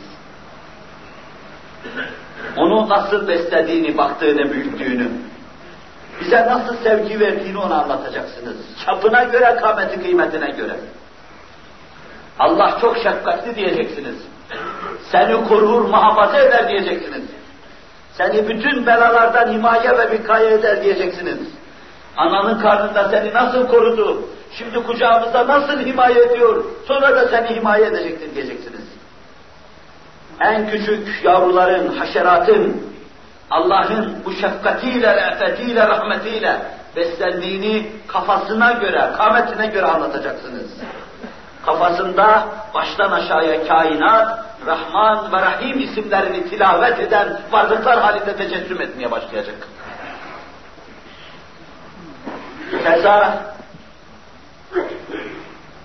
Onu nasıl beslediğini, baktığını, büyüttüğünü, bize nasıl sevgi verdiğini onu anlatacaksınız. Çapına göre, kâmeti kıymetine göre. Allah çok şefkatli diyeceksiniz. Seni korur, muhafaza eder diyeceksiniz. Seni bütün belalardan himaye ve vikaye eder diyeceksiniz. Ananın karnında seni nasıl korudu, şimdi kucağımızda nasıl himaye ediyor, sonra da seni himaye edecektir diyeceksiniz. En küçük yavruların, haşeratın, Allah'ın bu şefkatiyle, re'fetiyle, rahmetiyle beslendiğini kafasına göre, kâmetine göre anlatacaksınız. Kafasında baştan aşağıya kainat, Rahman ve Rahim isimlerini tilavet eden varlıklar halinde tecessüm etmeye başlayacak. Keza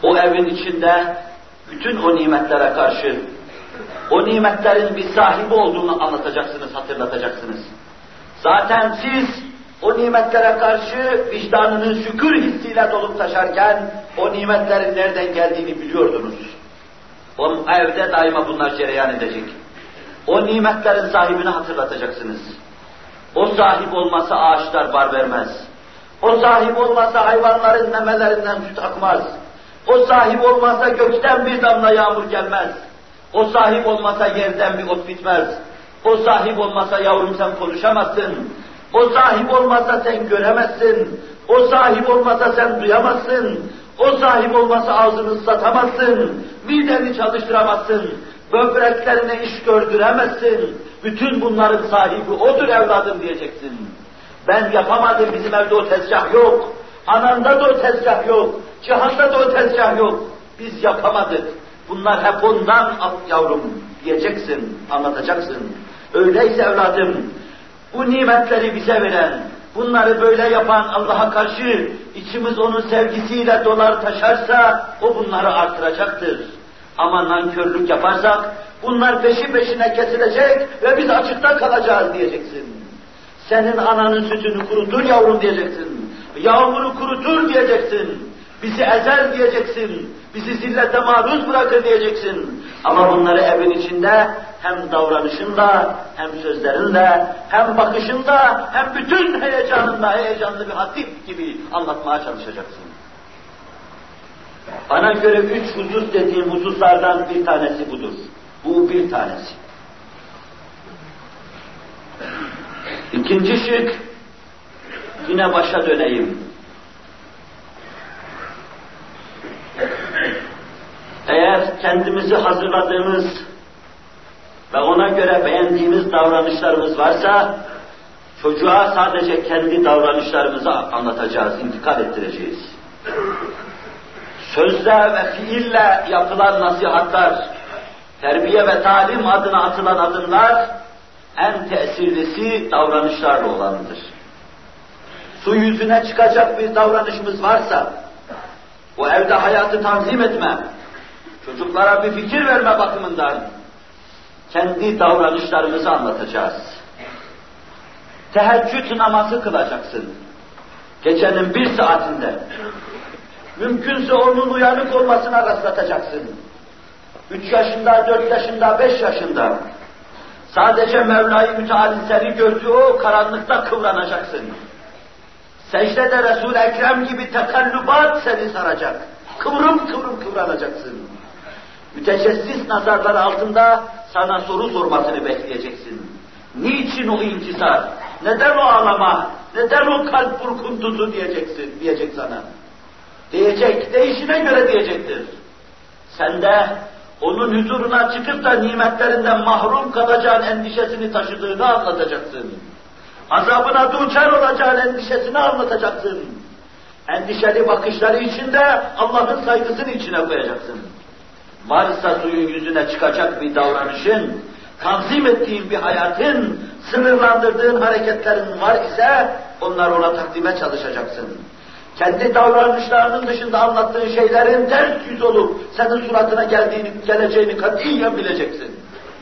o evin içinde bütün o nimetlere karşı o nimetlerin bir sahibi olduğunu anlatacaksınız, hatırlatacaksınız. Zaten siz o nimetlere karşı vicdanının şükür hissiyle dolup taşarken o nimetlerin nereden geldiğini biliyordunuz. O evde daima bunlar cereyan edecek. O nimetlerin sahibini hatırlatacaksınız. O sahip olmasa ağaçlar bar vermez. O sahip olmasa hayvanların memelerinden süt akmaz. O sahip olmasa gökten bir damla yağmur gelmez. O sahip olmasa yerden bir ot bitmez. O sahip olmasa yavrum sen konuşamazsın. O sahip olmasa sen göremezsin. O sahip olmasa sen duyamazsın. O sahip olmasa ağzını ıslatamazsın. Mideni çalıştıramazsın. Böbreklerine iş gördüremezsin. Bütün bunların sahibi odur evladım diyeceksin. Ben yapamadım, bizim evde o tezgah yok. Ananda da o tezgah yok. Cihanda da o tezgah yok. Biz yapamadık. Bunlar hep ondan yavrum diyeceksin, anlatacaksın. Öyleyse evladım, bu nimetleri bize veren, bunları böyle yapan Allah'a karşı içimiz onun sevgisiyle dolar taşarsa o bunları artıracaktır. Ama nankörlük yaparsak bunlar peşi peşine kesilecek ve biz açıkta kalacağız diyeceksin. Senin ananın sütünü kurutur yavrum diyeceksin. Yağmuru kurutur diyeceksin. Bizi ezer diyeceksin. Bizi zillete maruz bırakır diyeceksin. Ama bunları evin içinde hem davranışında, hem sözlerinle, hem bakışında, hem bütün heyecanında, heyecanlı bir hatip gibi anlatmaya çalışacaksın. Bana göre 3 husus dediğim hususlardan bir tanesi budur. Bu bir tanesi. İkinci şık, yine başa döneyim. Eğer kendimizi hazırladığımız ve ona göre beğendiğimiz davranışlarımız varsa, çocuğa sadece kendi davranışlarımızı anlatacağız, intikal ettireceğiz. Sözle ve fiille yapılan nasihatler, terbiye ve talim adına atılan adımlar, en tesirlisi davranışlarla olanıdır. Su yüzüne çıkacak bir davranışımız varsa, o evde hayatı tanzim etme, çocuklara bir fikir verme bakımından kendi davranışlarımızı anlatacağız. Teheccüd namazı kılacaksın. Gecenin 1 saatinde. Mümkünse onun uyanık olmasına rastlatacaksın. 3 yaşında, 4 yaşında, 5 yaşında. Sadece Mevla-i Müteal'in seni gördüğü o karanlıkta kıvranacaksın. Secdede Resul-i Ekrem gibi tekallubat seni saracak. Kıvrım kıvrım kıvranacaksın. Mütecessis nazarlar altında sana soru sormasını bekleyeceksin. Niçin o inkisar? Neden o ağlama? Neden o kalp burkuntusu diyecek sana. Diyecek, değişine göre diyecektir. Sen de onun huzuruna çıkıp da nimetlerinden mahrum kalacağın endişesini taşıdığını anlatacaksın. Azabına duçar olacağın endişesini anlatacaksın. Endişeli bakışları içinde Allah'ın saygısını içine koyacaksın. Varsa suyun yüzüne çıkacak bir davranışın, tanzim ettiğin bir hayatın, sınırlandırdığın hareketlerin var ise onları ona takdime çalışacaksın. Kendi davranışlarının dışında anlattığın şeylerin ters yüz olup senin suratına geleceğini katiyen bileceksin.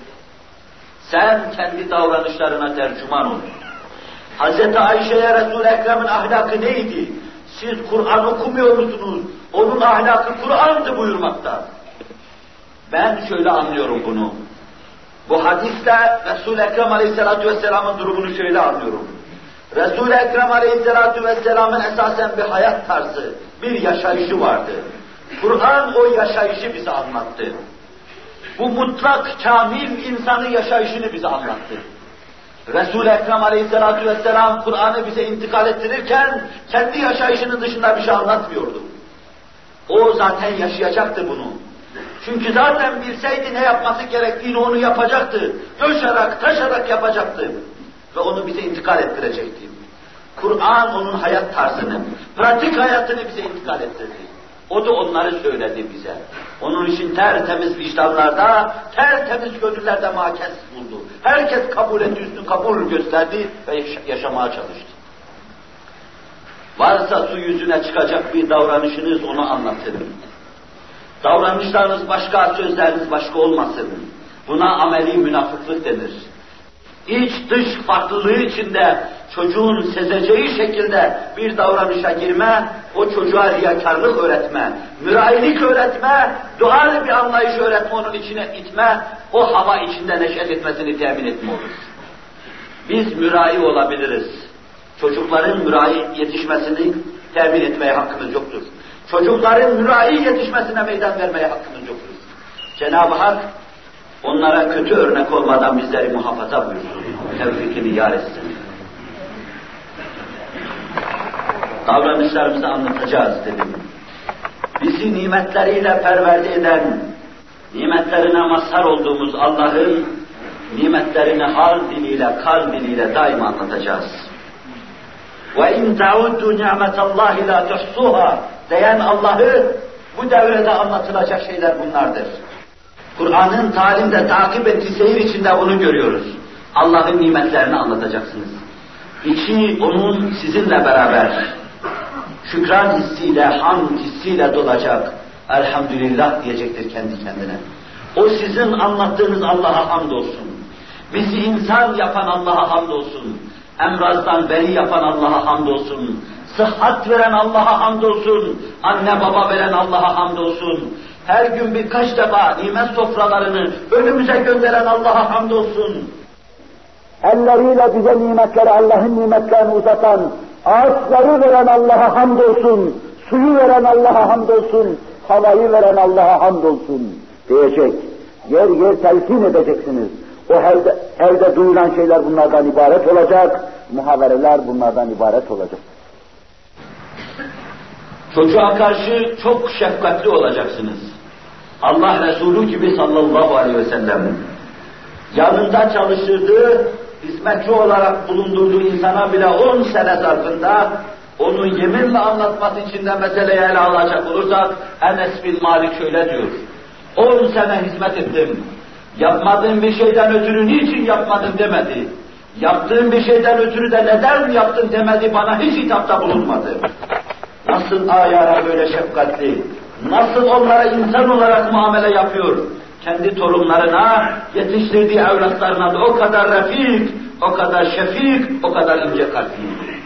Sen kendi davranışlarına tercüman ol. Hz. Ayşe'ye Resul-i Ekrem'in ahlakı neydi? Siz Kur'an okumuyor musunuz? Onun ahlakı Kur'an'dı buyurmakta. Ben şöyle anlıyorum bunu. Bu hadisle Resul-i Ekrem Aleyhisselatü Vesselam'ın durumunu şöyle anlıyorum. Resul-i Ekrem Aleyhisselatü Vesselam'ın esasen bir hayat tarzı, bir yaşayışı vardı. Kur'an o yaşayışı bize anlattı. Bu mutlak, kamil insanın yaşayışını bize anlattı. Resul-i Ekrem Aleyhisselatü Vesselam Kur'an'ı bize intikal ettirirken kendi yaşayışının dışında bir şey anlatmıyordu. O zaten yaşayacaktı bunu. Çünkü zaten bilseydi ne yapması gerektiğini onu yapacaktı. Coşarak, taşarak yapacaktı. Ve onu bize intikal ettirecekti. Kur'an onun hayat tarzını, pratik hayatını bize intikal ettirdi. O da onları söyledi bize. Onun için tertemiz vicdanlarda, tertemiz gönüllerde makes buldu. Herkes kabul etti, üstün kabul gösterdi ve yaşamaya çalıştı. Varsa su yüzüne çıkacak bir davranışınız onu anlatın. Davranışlarınız başka, sözleriniz başka olmasın. Buna ameli münafıklık denir. İç dış farklılığı içinde çocuğun sezeceği şekilde bir davranışa girme, o çocuğa riyakarlık öğretme, mürayilik öğretme, doğal bir anlayış öğretme, onun içine itme, o hava içinde neşet etmesini temin etme olur. Biz mürai olabiliriz. Çocukların mürai yetişmesini temin etmeye hakkımız yoktur. Çocukların mürai yetişmesine meydan vermeye hakkımız yoktur. Cenab-ı Hak onlara kötü örnek olmadan bizleri muhafaza buyursun. Tevfikini yar etsin. Davranışlarımızı anlatacağız dedim. Bizi nimetleriyle perverde eden, nimetlerine mazhar olduğumuz Allah'ın nimetlerini hal diliyle, kal diliyle daima anlatacağız. وَاِنْ تَعُدُّ نِعْمَةَ اللّٰهِ لَا تُحْصُوهَا diyen Allah'ı bu devrede anlatılacak şeyler bunlardır. Kur'an'ın talimde takip ettiği seyir içinde bunu görüyoruz. Allah'ın nimetlerini anlatacaksınız. İçi onun sizinle beraber şükran hissiyle, hamd hissiyle dolacak. Elhamdülillah diyecektir kendi kendine. O sizin anlattığınız Allah'a hamdolsun. Bizi insan yapan Allah'a hamdolsun. Emrazdan beri yapan Allah'a hamdolsun. Sıhhat veren Allah'a hamdolsun. Anne baba veren Allah'a hamdolsun. Her gün birkaç defa nimet sofralarını önümüze gönderen Allah'a hamdolsun. Elleriyle bize nimetleri, Allah'ın nimetlerini uzatan, ağaçları veren Allah'a hamdolsun, suyu veren Allah'a hamdolsun, havayı veren Allah'a hamdolsun diyecek. Yer yer telkin edeceksiniz. O evde duyulan şeyler bunlardan ibaret olacak, muhavereler bunlardan ibaret olacak. Çocuğa karşı çok şefkatli olacaksınız. Allah Resulü gibi sallallahu aleyhi ve sellem yanında çalıştırdığı, hizmetçi olarak bulundurduğu insana bile 10 sene zarfında onu yeminle anlatması için de meseleyi ele alacak olursak Enes bin Malik şöyle diyor. 10 sene hizmet ettim. Yapmadığım bir şeyden ötürü niçin yapmadın demedi. Yaptığım bir şeyden ötürü de neden yaptın demedi, bana hiç hitapta bulunmadı. Nasıl ayara böyle şefkatli, nasıl onlara insan olarak muamele yapıyor, kendi torunlarına, yetiştirdiği evlatlarına da o kadar refik, o kadar şefik, o kadar ince kalpli.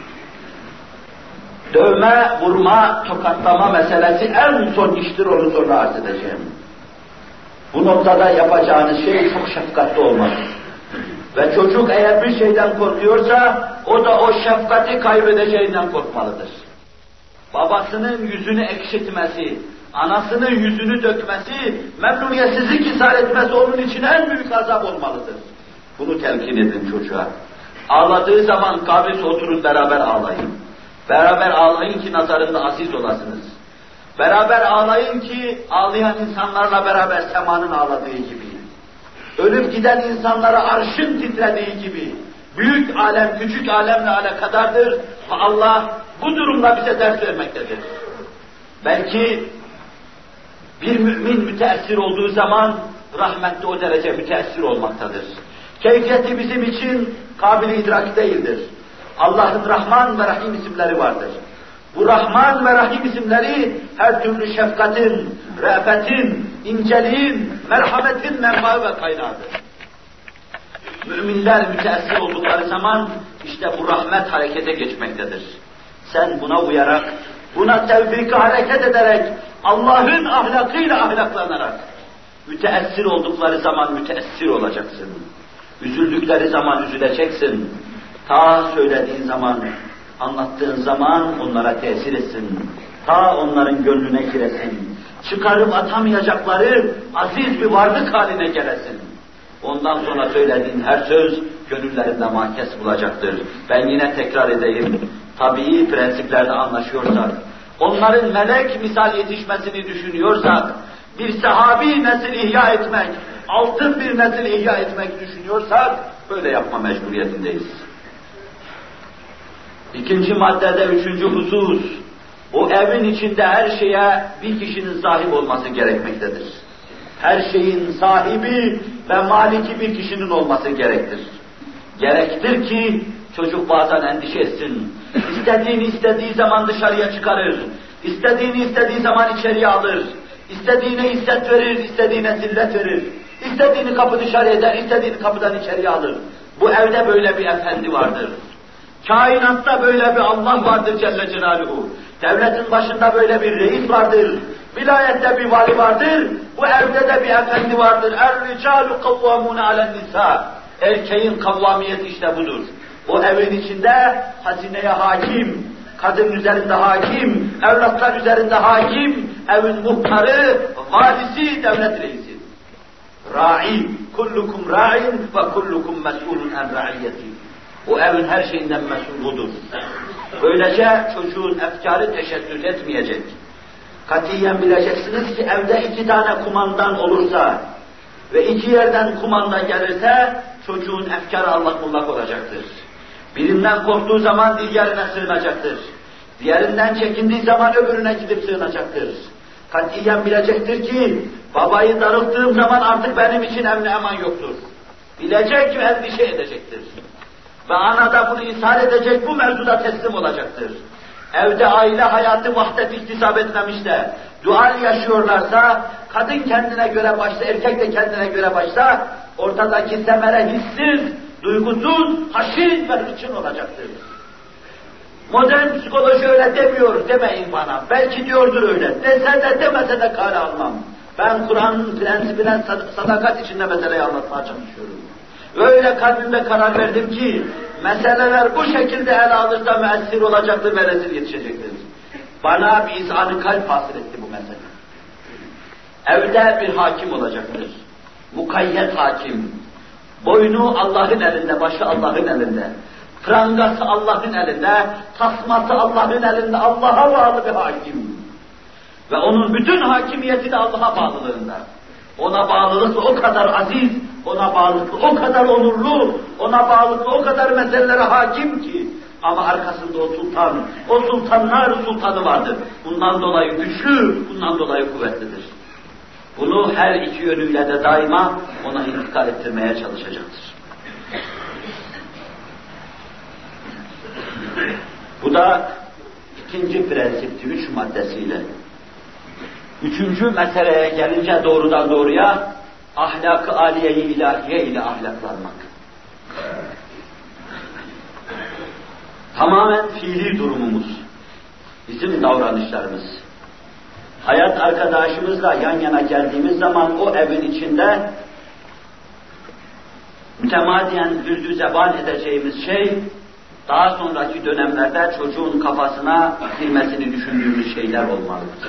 Dövme, vurma, tokatlama meselesi en son iştir, onu sonra arz edeceğim. Bu noktada yapacağınız şey çok şefkatli olmak. Ve çocuk eğer bir şeyden korkuyorsa, o da o şefkati kaybedeceğinden korkmalıdır. Babasının yüzünü ekşitmesi, anasının yüzünü dökmesi, memnuniyetsizlik ishar etmesi onun için en büyük azap olmalıdır. Bunu telkin edin çocuğa. Ağladığı zaman kabris oturun beraber ağlayın. Beraber ağlayın ki nazarında aziz olasınız. Beraber ağlayın ki ağlayan insanlarla beraber semanın ağladığı gibi. Ölüp giden insanlara arşın titrediği gibi. Büyük alem, küçük alemle alakadardır ve Allah bu durumda bize ders vermektedir. Belki bir mümin müteessir olduğu zaman rahmette o derece müteessir olmaktadır. Keyfiyeti bizim için kabil-i idrak değildir. Allah'ın Rahman ve Rahim isimleri vardır. Bu Rahman ve Rahim isimleri her türlü şefkatin, re'fetin, inceliğin, merhametin menbaı ve kaynağıdır. Müminler müteessir oldukları zaman işte bu rahmet harekete geçmektedir. Sen buna uyarak, buna tevfik hareket ederek, Allah'ın ahlakıyla ahlaklanarak, müteessir oldukları zaman müteessir olacaksın. Üzüldükleri zaman üzüleceksin. Ta söylediğin zaman, anlattığın zaman onlara tesir etsin. Ta onların gönlüne giresin. Çıkarıp atamayacakları aziz bir varlık haline gelesin. Ondan sonra söylediğin her söz gönüllerinde mahkes bulacaktır. Ben yine tekrar edeyim. Tabii prensiplerde anlaşıyorsak, onların melek misal yetişmesini düşünüyorsak, bir sahabi nesil ihya etmek, altın bir nesil ihya etmek düşünüyorsak, böyle yapma mecburiyetindeyiz. İkinci maddede üçüncü husus, o evin içinde her şeye bir kişinin sahip olması gerekmektedir. Her şeyin sahibi ve maliki bir kişinin olması gerektir. Gerektir ki çocuk bazen endişe etsin. İstediğini istediği zaman dışarıya çıkarır. İstediğini istediği zaman içeriye alır. İstediğine izzet verir, istediğine zillet verir. İstediğini kapı dışarı eder, istediğini kapıdan içeriye alır. Bu evde böyle bir efendi vardır. Kainatta böyle bir Allah vardır Celle Celaluhu. Devletin başında böyle bir reis vardır. Vilayette bir vali vardır. Bu evde de bir efendi vardır. Er-ricalu kavvamune alen-nisa. Erkeğin kavvamiyeti işte budur. O evin içinde hazineye hakim, kadın üzerinde hakim, evlatlar üzerinde hakim, evin muhtarı, valisi, devlet reisi. Ra'i, kullukum ra'in ve kullukum mes'ulun en ra'iyyeti. O evin her şeyinden mesul budur. Böylece çocuğun efkarı teşettüt etmeyecek. Katiyen bileceksiniz ki evde 2 tane kumandan olursa ve 2 yerden kumanda gelirse çocuğun efkarı allak bullak olacaktır. Birinden korktuğu zaman diğerine sığınacaktır. Diğerinden çekindiği zaman öbürüne gidip sığınacaktır. Katiyen bilecektir ki babayı darılttığım zaman artık benim için emni eman yoktur. Bilecek ve endişe edecektir. Ve ana da bunu ishal edecek, bu mevzuda teslim olacaktır. Evde aile hayatı vahdet iktisap etmemiş de dual yaşıyorlarsa, kadın kendine göre başta, erkek de kendine göre başta, ortadaki semere hissiz, duygusuz, haşin ve hırçın olacaktır. Modern psikoloji öyle demiyor demeyin bana. Belki diyordur öyle. Dese de demese de kale almam. Ben Kur'an'ın prensibine sadakat içinde meseleyi anlatmaya çalışıyorum. Öyle kalbimde karar verdim ki meseleler bu şekilde ele alırsa müessir olacaktır ve rezil yetişecektir. Bana bir izanı kalp hasıl etti bu mesele. Evde bir hakim olacaktır. Mukayyet hakim. Boynu Allah'ın elinde, başı Allah'ın elinde. Prangası Allah'ın elinde, tasması Allah'ın elinde, Allah'a bağlı bir hakim. Ve onun bütün hakimiyeti de Allah'a bağlılığında. Ona bağlılıkla o kadar aziz, ona bağlılıkla o kadar onurlu, ona bağlılıkla o kadar meselelere hakim ki, ama arkasında o sultan, o sultanlar sultanı vardır. Bundan dolayı güçlü, bundan dolayı kuvvetlidir. Bunu her 2 yönüyle de daima ona intikal ettirmeye çalışacaktır. Bu da 2. prensipti, 3 maddesiyle. 3. meseleye gelince doğrudan doğruya ahlak-ı âliye-i ilahiye ile ahlaklanmak. Tamamen fiili durumumuz, bizim davranışlarımız. Hayat arkadaşımızla yan yana geldiğimiz zaman o evin içinde mütemadiyen yüzü zeban edeceğimiz şey, daha sonraki dönemlerde çocuğun kafasına girmesini düşündüğümüz şeyler olmalıdır.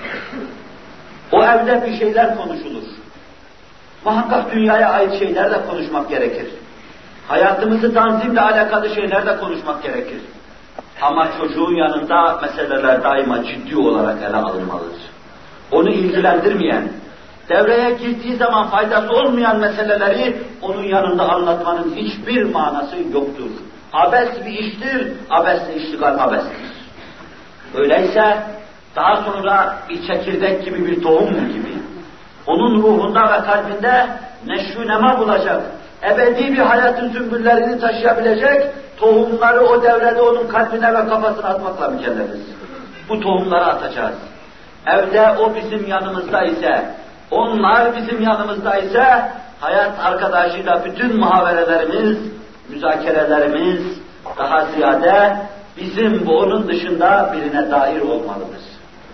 O evde bir şeyler konuşulur. Muhakkak dünyaya ait şeyler de konuşmak gerekir. Hayatımızı tanzimle alakalı şeyler de konuşmak gerekir. Ama çocuğun yanında meseleler daima ciddi olarak ele alınmalıdır. Onu ilgilendirmeyen, devreye girdiği zaman faydası olmayan meseleleri onun yanında anlatmanın hiçbir manası yoktur. Abes bir iştir, abesle iştigal abestir. Öyleyse daha sonra bir çekirdek gibi, bir tohum gibi, onun ruhunda ve kalbinde neşvü nema bulacak, ebedi bir hayatın sümbüllerini taşıyabilecek tohumları o devrede onun kalbine ve kafasına atmakla mükellefiz. Bu tohumları atacağız. Evde o bizim yanımızda ise, onlar bizim yanımızda ise, hayat arkadaşıyla bütün muhaberelerimiz, müzakerelerimiz daha ziyade bizim bu onun dışında birine dair olmalıdır.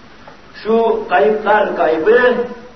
Şu kayıplar kaybı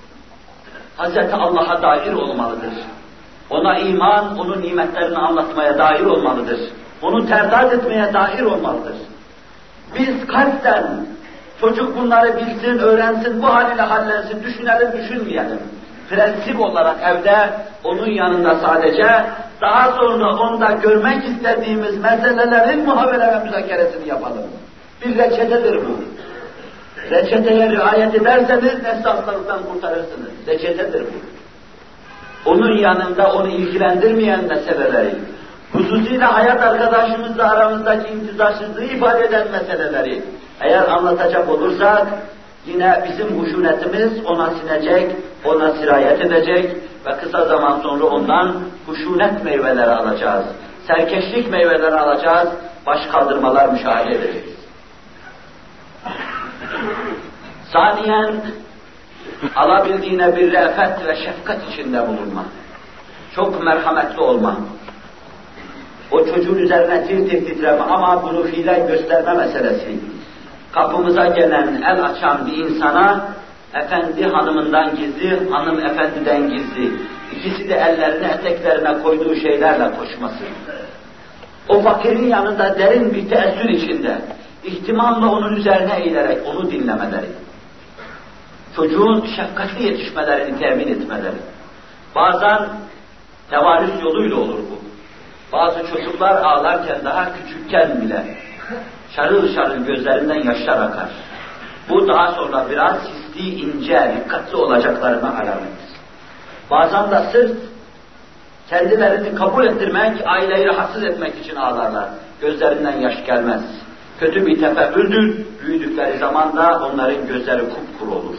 Hz. Allah'a dair olmalıdır. Ona iman, onun nimetlerini anlatmaya dair olmalıdır. Onu terdat etmeye dair olmalıdır. Biz kalpten çocuk bunları bilsin, öğrensin, bu haliyle hallensin, düşünelim, düşünmeyelim. Prensip olarak evde onun yanında sadece daha sonra onda görmek istediğimiz meselelerin muhabere ve müzakeresini yapalım. Bir reçetedir bu. Reçeteye riayet ederseniz nefs hastalıktan kurtarırsınız. Reçetedir bu. Onun yanında onu ilgilendirmeyen meseleleri, hususiyle hayat arkadaşımızla aramızdaki imtizarsızlığı ifade eden meseleleri eğer anlatacak olursak, yine bizim huşunetimiz ona sinecek, ona sirayet edecek ve kısa zaman sonra ondan huşunet meyveleri alacağız. Serkeşlik meyveleri alacağız, baş kaldırmalar müşahede edeceğiz. Saniyen, alabildiğine bir re'fet ve şefkat içinde bulunma. Çok merhametli olma. O çocuğun üzerine tir tir titreme ama bunu fiilen gösterme meselesi. Kapımıza gelen, el açan bir insana, efendi hanımından gizli, hanım efendiden gizli, ikisi de ellerini eteklerine koyduğu şeylerle koşması. O fakirin yanında derin bir teessür içinde, ihtimamla onun üzerine eğilerek onu dinlemeleri. Çocuğun şefkatli yetişmelerini temin etmeleri. Bazen tevarüs yoluyla olur bu. Bazı çocuklar ağlarken daha küçükken bile şarıl şarıl gözlerinden yaşlar akar. Bu daha sonra biraz hisli, ince, dikkatli olacaklarına alamettir. Bazen de sırf kendilerini kabul ettirmek, aileyi rahatsız etmek için ağlarlar. Gözlerinden yaş gelmez. Kötü bir tefekkürdür, büyüdükleri zaman da onların gözleri kupkuru olur.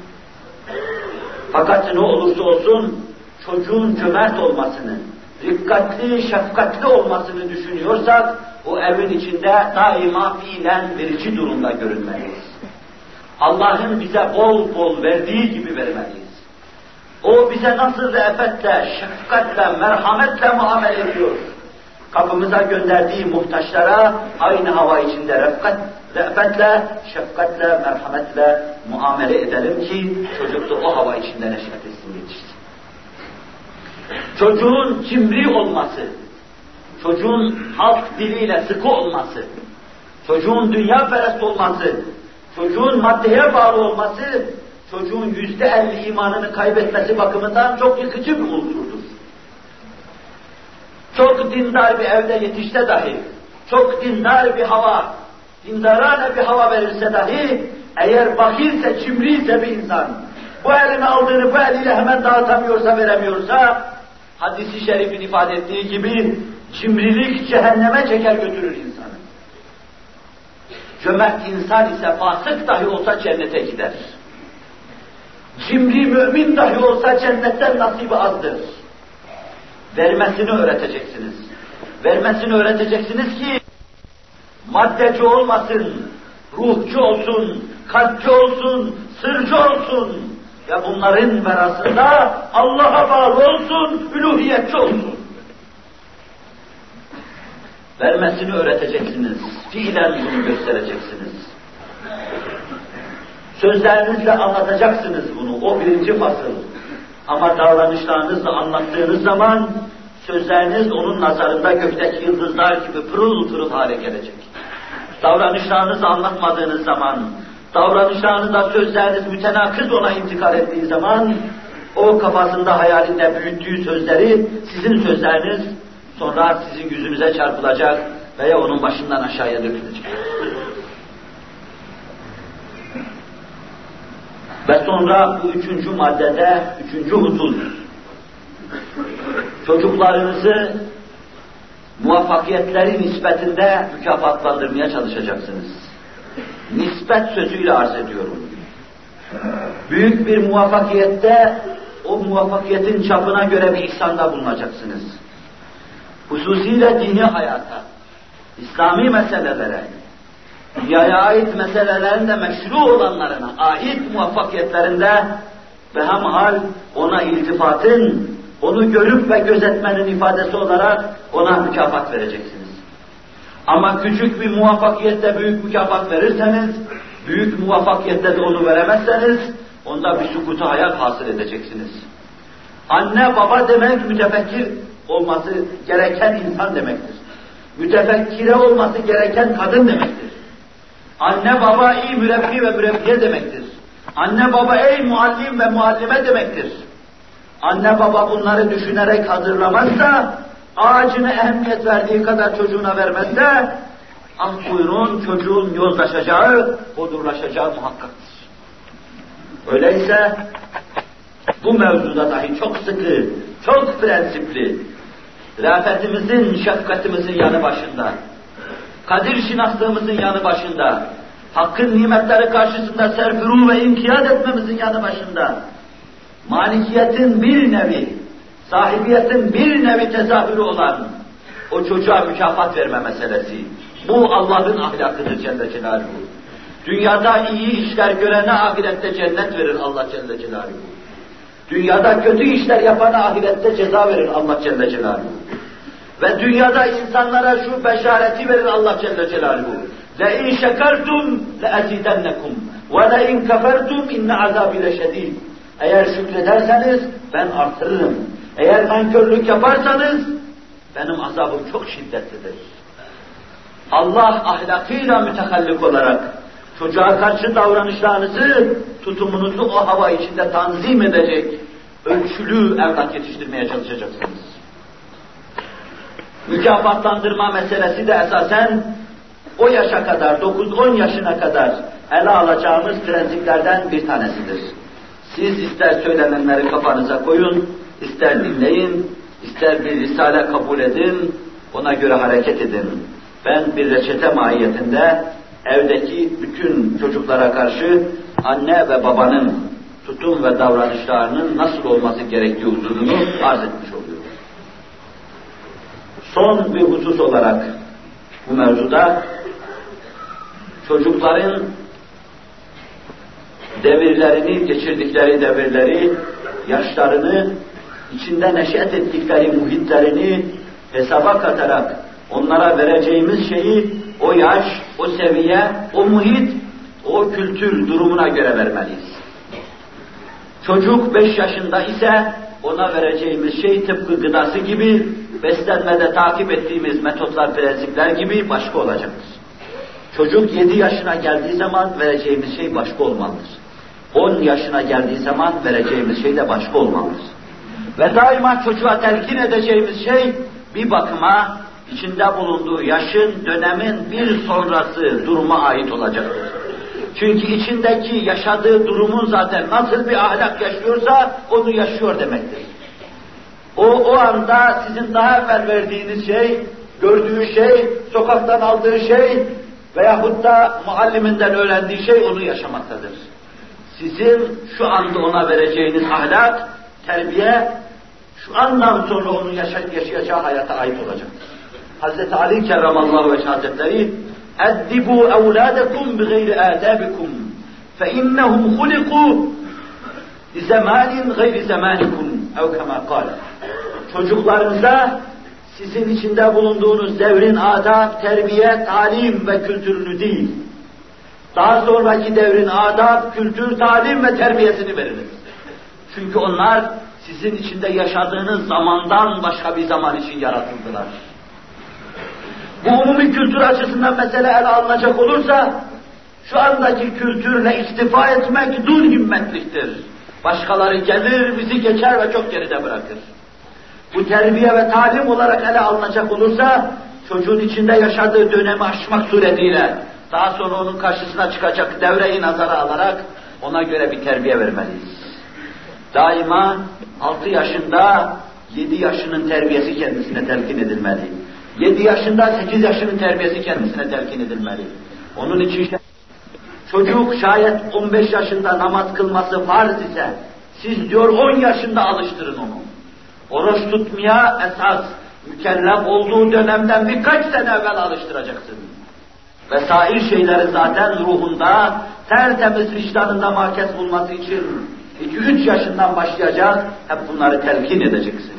Fakat ne olursa olsun çocuğun cömert olmasını, dikkatli, şefkatli olmasını düşünüyorsak, o evin içinde daima fiilen verici durumda görünmeliyiz. Allah'ın bize bol bol verdiği gibi vermeliyiz. O bize nasıl re'fetle, şefkatle, merhametle muamele ediyor. Kapımıza gönderdiği muhtaçlara aynı hava içinde re'fetle, şefkatle, merhametle muamele edelim ki çocuk da o hava içinde neşet etsin, yetişsin. Çocuğun cimri olması, çocuğun halk diliyle sıkı olması, çocuğun dünyaperest olması, çocuğun maddeye bağlı olması, çocuğun %50 imanını kaybetmesi bakımından çok yıkıcı bir unsurdur. Çok dindar bir evde yetişse dahi, çok dindar bir hava, dindarane bir hava verirse dahi, eğer bakirse, cimriyse bir insan, bu eline aldığını bu eliyle hemen dağıtamıyorsa, veremiyorsa, hadis-i şerifin ifade ettiği gibi, cimrilik cehenneme çeker götürür insanı. Cömert insan ise fasık dahi olsa cennete gider. Cimri mümin dahi olsa cennetten nasibi azdır. Vermesini öğreteceksiniz. Vermesini öğreteceksiniz ki maddeci olmasın, ruhçu olsun, kalpçi olsun, sırcı olsun ve bunların verasında Allah'a bağlı olsun, üluhiyetçi olsun. Vermesini öğreteceksiniz, fiilen bunu göstereceksiniz. Sözlerinizle anlatacaksınız bunu, o birinci fasıl. Ama davranışlarınızla anlattığınız zaman, sözleriniz onun nazarında gökteki yıldızlar gibi pırıl pırıl hale gelecek. Davranışlarınızı anlatmadığınız zaman, davranışlarınızla sözleriniz mütenakız ona intikal ettiği zaman, o kafasında hayalinde büyüttüğü sözleri, sizin sözleriniz, sonra sizin yüzünüze çarpılacak veya onun başından aşağıya dökülecek. Ve sonra bu üçüncü maddede, üçüncü husus, çocuklarınızı muvaffakiyetleri nispetinde mükafatlandırmaya çalışacaksınız. Nispet sözüyle arz ediyorum. Büyük bir muvaffakiyette, o muvaffakiyetin çapına göre bir ihsanda bulunacaksınız. Hususiyle dini hayata, İslami meselelere, dünyaya ait meselelerin de meşru olanlarına ait muvaffakiyetlerinde ve hemhal ona iltifatın, onu görüp ve gözetmenin ifadesi olarak ona mükafat vereceksiniz. Ama küçük bir muvaffakiyette büyük mükafat verirseniz, büyük muvaffakiyette de onu veremezseniz, onda bir sukutu hayat hasıl edeceksiniz. Anne baba demek mütefekkir olması gereken insan demektir. Mütefekkire olması gereken kadın demektir. Anne baba iyi mürebbi ve mürebbiye demektir. Anne baba ey muallim ve muallime demektir. Anne baba bunları düşünerek hazırlamazsa, ağacına ehemmiyet verdiği kadar çocuğuna vermezse, ah buyurun çocuğun yozlaşacağı, bodurlaşacağı muhakkaktır. Öyleyse bu mevzuda dahi çok sıkı, çok prensipli, re'fetimizin, şefkatimizin yanı başında, kadir şinaslığımızın yanı başında, hakkın nimetleri karşısında serfuru ve inkiyat etmemizin yanı başında, malikiyetin bir nevi, sahibiyetin bir nevi tezahürü olan o çocuğa mükafat verme meselesi. Bu Allah'ın ahlakıdır Celle Celaluhu. Dünyada iyi işler görene ahirette cennet verir Allah Celle Celaluhu. Dünyada kötü işler yapana ahirette ceza verir Allah Celle Celaluhu. Ve dünyada insanlara şu beşareti verir Allah Celle Celaluhu. لَاِنْ شَكَرْتُمْ لَاَزِيدَنَّكُمْ وَلَاِنْ كَفَرْتُمْ اِنَّ عَذَابِ لَشَد۪يدٍ. Eğer şükrederseniz ben artırırım. Eğer nankörlük yaparsanız benim azabım çok şiddetlidir. Allah ahlakıyla mütehallik olarak çocuğa karşı davranışlarınızı, tutumunuzu o hava içinde tanzim edecek, ölçülü evlat yetiştirmeye çalışacaksınız. Mükafatlandırma meselesi de esasen o yaşa kadar, 9-10 yaşına kadar ele alacağımız prensiplerden bir tanesidir. Siz ister söylenenleri kafanıza koyun, ister dinleyin, ister bir risale kabul edin, ona göre hareket edin. Ben bir reçete mahiyetinde evdeki bütün çocuklara karşı anne ve babanın tutum ve davranışlarının nasıl olması gerektiği hususunu arz etmiş oluyorum. Son bir husus olarak bu mevzuda çocukların devirlerini, geçirdikleri devirleri, yaşlarını, içinde neşet ettikleri muhitlerini hesaba katarak onlara vereceğimiz şeyi o yaş, o seviye, o muhit, o kültür durumuna göre vermeliyiz. Çocuk 5 yaşında ise ona vereceğimiz şey tıpkı gıdası gibi, beslenmede takip ettiğimiz metotlar, prensipler gibi başka olacaktır. Çocuk 7 yaşına geldiği zaman vereceğimiz şey başka olmalıdır. 10 yaşına geldiği zaman vereceğimiz şey de başka olmalıdır. Ve daima çocuğa telkin edeceğimiz şey bir bakıma içinde bulunduğu yaşın, dönemin bir sonrası duruma ait olacaktır. Çünkü içindeki yaşadığı durumun zaten nasıl bir ahlak yaşıyorsa onu yaşıyor demektir. O anda sizin daha evvel verdiğiniz şey, gördüğü şey, sokaktan aldığı şey veyahut da mualliminden öğrendiği şey onu yaşamaktadır. Sizin şu anda ona vereceğiniz ahlak, terbiye, şu andan sonra onun yaşayacağı hayata ait olacaktır. Hz. Ali Kerramallahu Vecih Hazretleri اَدِّبُوا اَوْلَادَكُمْ بِغَيْرِ آدَابِكُمْ فَاِنَّهُمْ خُلِقُوا لِزَمَانٍ غَيْرِ زَمَانِكُمْ اَوْ كَمَا قَالَ. Çocuklarınıza sizin içinde bulunduğunuz devrin adab, terbiye, talim ve kültürünü değil, daha sonraki devrin adab, kültür, talim ve terbiyesini veriniz. Çünkü onlar sizin içinde yaşadığınız zamandan başka bir zaman için yaratıldılar. Bu umumi kültür açısından mesele ele alınacak olursa, şu andaki kültürle iktifa etmek dur himmetliktir. Başkaları gelir, bizi geçer ve çok geride bırakır. Bu terbiye ve talim olarak ele alınacak olursa, çocuğun içinde yaşadığı dönemi aşmak suretiyle, daha sonra onun karşısına çıkacak devreyi nazara alarak, ona göre bir terbiye vermeliyiz. Daima 6 yaşında 7 yaşının terbiyesi kendisine telkin edilmeli. 7 yaşında 8 yaşının terbiyesi kendisine telkin edilmeli. Onun için çocuk şayet 15 yaşında namaz kılması farz ise, siz diyor 10 yaşında alıştırın onu. Oruç tutmaya esas mükellef olduğu dönemden birkaç sene evvel alıştıracaksın. Vesair şeyleri zaten ruhunda, tertemiz vicdanında mahkes bulması için 2-3 yaşından başlayacak, hep bunları telkin edeceksin.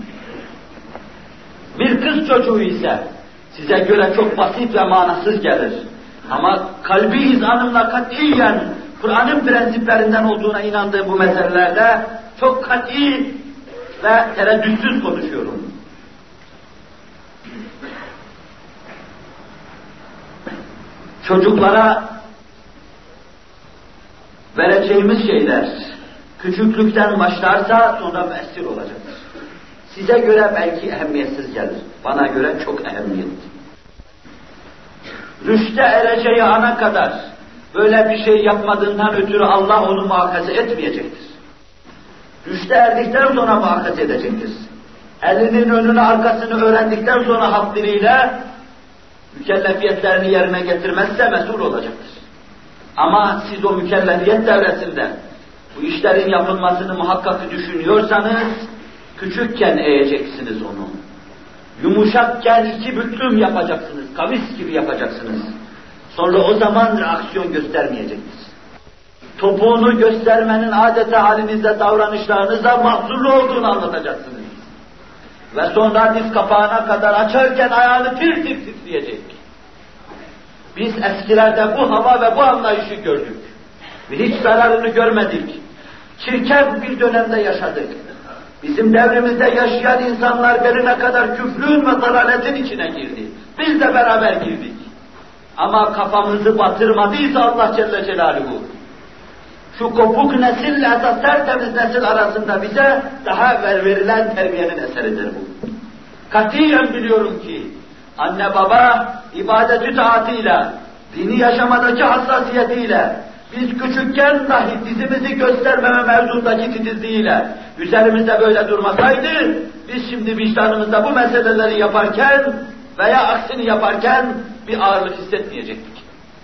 Bir kız çocuğu ise size göre çok basit ve manasız gelir. Ama kalbi izanımla katiyen Kur'an'ın prensiplerinden olduğuna inandığım bu meselelerde çok kat'i ve tereddütsüz konuşuyorum. Çocuklara vereceğimiz şeyler küçüklükten başlarsa sonra müessir olacaktır. Size göre belki ehemmiyetsiz gelir. Bana göre çok ehemmiyetli. Rüşte ereceği ana kadar böyle bir şey yapmadığından ötürü Allah onu muhakaze etmeyecektir. Rüşte erdikten sonra muhakaze edecektir. Elinin önünü arkasını öğrendikten sonra hak diliyle mükellefiyetlerini yerine getirmezse mesul olacaktır. Ama siz o mükellefiyet devresinde bu işlerin yapılmasını muhakkak düşünüyorsanız küçükken eğeceksiniz onu. Yumuşakken 2 büklüm yapacaksınız, kavis gibi yapacaksınız. Sonra o zaman reaksiyon göstermeyeceksiniz. Topuğunu göstermenin adeta halinizde, davranışlarınızda mahzurlu olduğunu anlatacaksınız. Ve sonra diz kapağına kadar açarken ayağını tir tir titreyecek. Biz eskilerde bu hava ve bu anlayışı gördük. Ve hiç zararını görmedik. Çirkef bir dönemde yaşadık. Bizim devrimizde yaşayan insanlar beline kadar küfrün ve dalaletin içine girdi. Biz de beraber girdik. Ama kafamızı batırmadıysa Allah Celle Celaluhu, şu kopuk nesille esas tertemiz nesil arasında bize daha evvel verilen terbiyenin eseridir bu. Katiyen biliyorum ki anne baba ibadet-ü taatıyla, dini yaşamadaki hassasiyetiyle, biz küçükken dahi dizimizi göstermeme mevzundaki titizliğiyle üzerimizde böyle durmasaydı, biz şimdi vicdanımızda bu meseleleri yaparken veya aksini yaparken bir ağırlık hissetmeyecektik.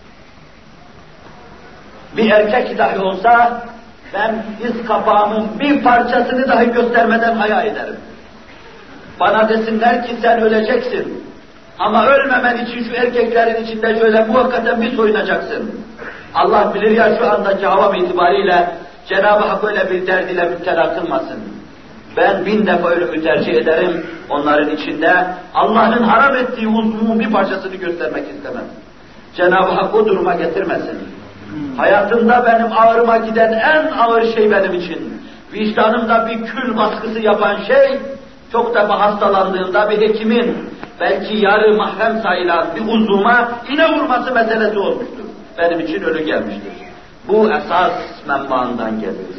Bir erkek dahi olsa, ben diz kapağımın bir parçasını dahi göstermeden haya ederim. Bana desinler ki sen öleceksin. Ama ölmemen için şu erkeklerin içinde şöyle muhakkaten bir soyunacaksın. Allah bilir ya şu andaki havam itibariyle Cenab-ı Hak öyle bir derdiyle müptela kılmasın. Ben 1000 defa ölümü tercih ederim, onların içinde Allah'ın haram ettiği uzvumun bir parçasını göstermek istemem. Cenab-ı Hak o duruma getirmesin. Hayatımda benim ağrıma giden en ağır şey benim için, vicdanımda bir kül baskısı yapan şey, çok da hastalandığımda bir hekimin belki yarı mahrem sayılan bir uzvuma iğne vurması meselesi olmuştur. Benim için ölü gelmiştir. Bu esas menbaından gelir.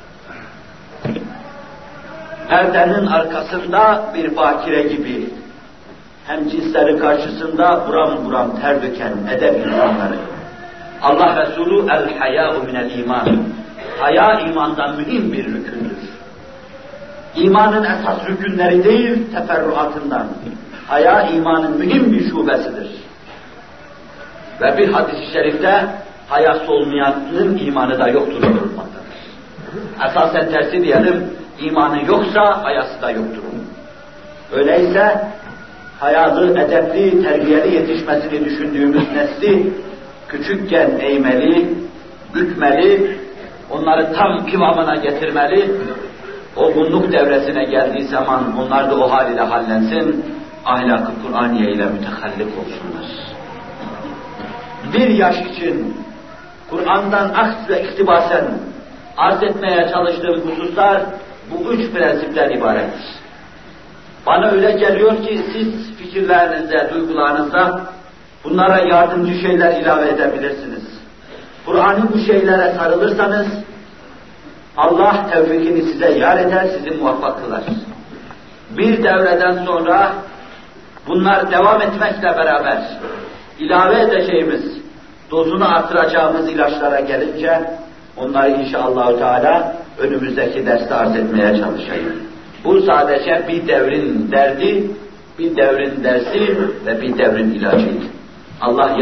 Perdenin arkasında bir bakire gibi, hem cinsleri karşısında buram buram ter döken edep insanları. Allah Resulü el-hayâ'u minel iman. Haya imandan mühim bir rükündür. İmanın esas rükünleri değil, teferruatından. Haya imanın mühim bir şubesidir. Ve bir hadis-i şerifte hayası olmayanın imanı da yoktur buyurulmaktadır. Esasen tersi diyelim, imanı yoksa hayası da yoktur. Öyleyse hayalı, edepli, terbiyeli yetişmesini düşündüğümüz nesli küçükken eğmeli, bükmeli, onları tam kıvamına getirmeli, olgunluk devresine geldiği zaman onlar da o haliyle hallensin, ahlak-ı Kur'aniye ile mütekallif olsunlar. Bir yaş için Kur'an'dan aks ve iktibasen arz etmeye çalıştığım hususlar bu 3 prensipten ibarettir. Bana öyle geliyor ki siz fikirlerinize, duygularınıza bunlara yardımcı şeyler ilave edebilirsiniz. Kur'an'ın bu şeylere sarılırsanız Allah tevfikini size yar eder, sizi muvaffak kılar. Bir devreden sonra bunlar devam etmekle beraber ilave edeceğimiz, dozunu artıracağımız ilaçlara gelince onları inşallah Teala önümüzdeki derste arz etmeye çalışayım. Bu sadece bir devrin derdi, bir devrin dersi ve bir devrin ilacıydı. Allah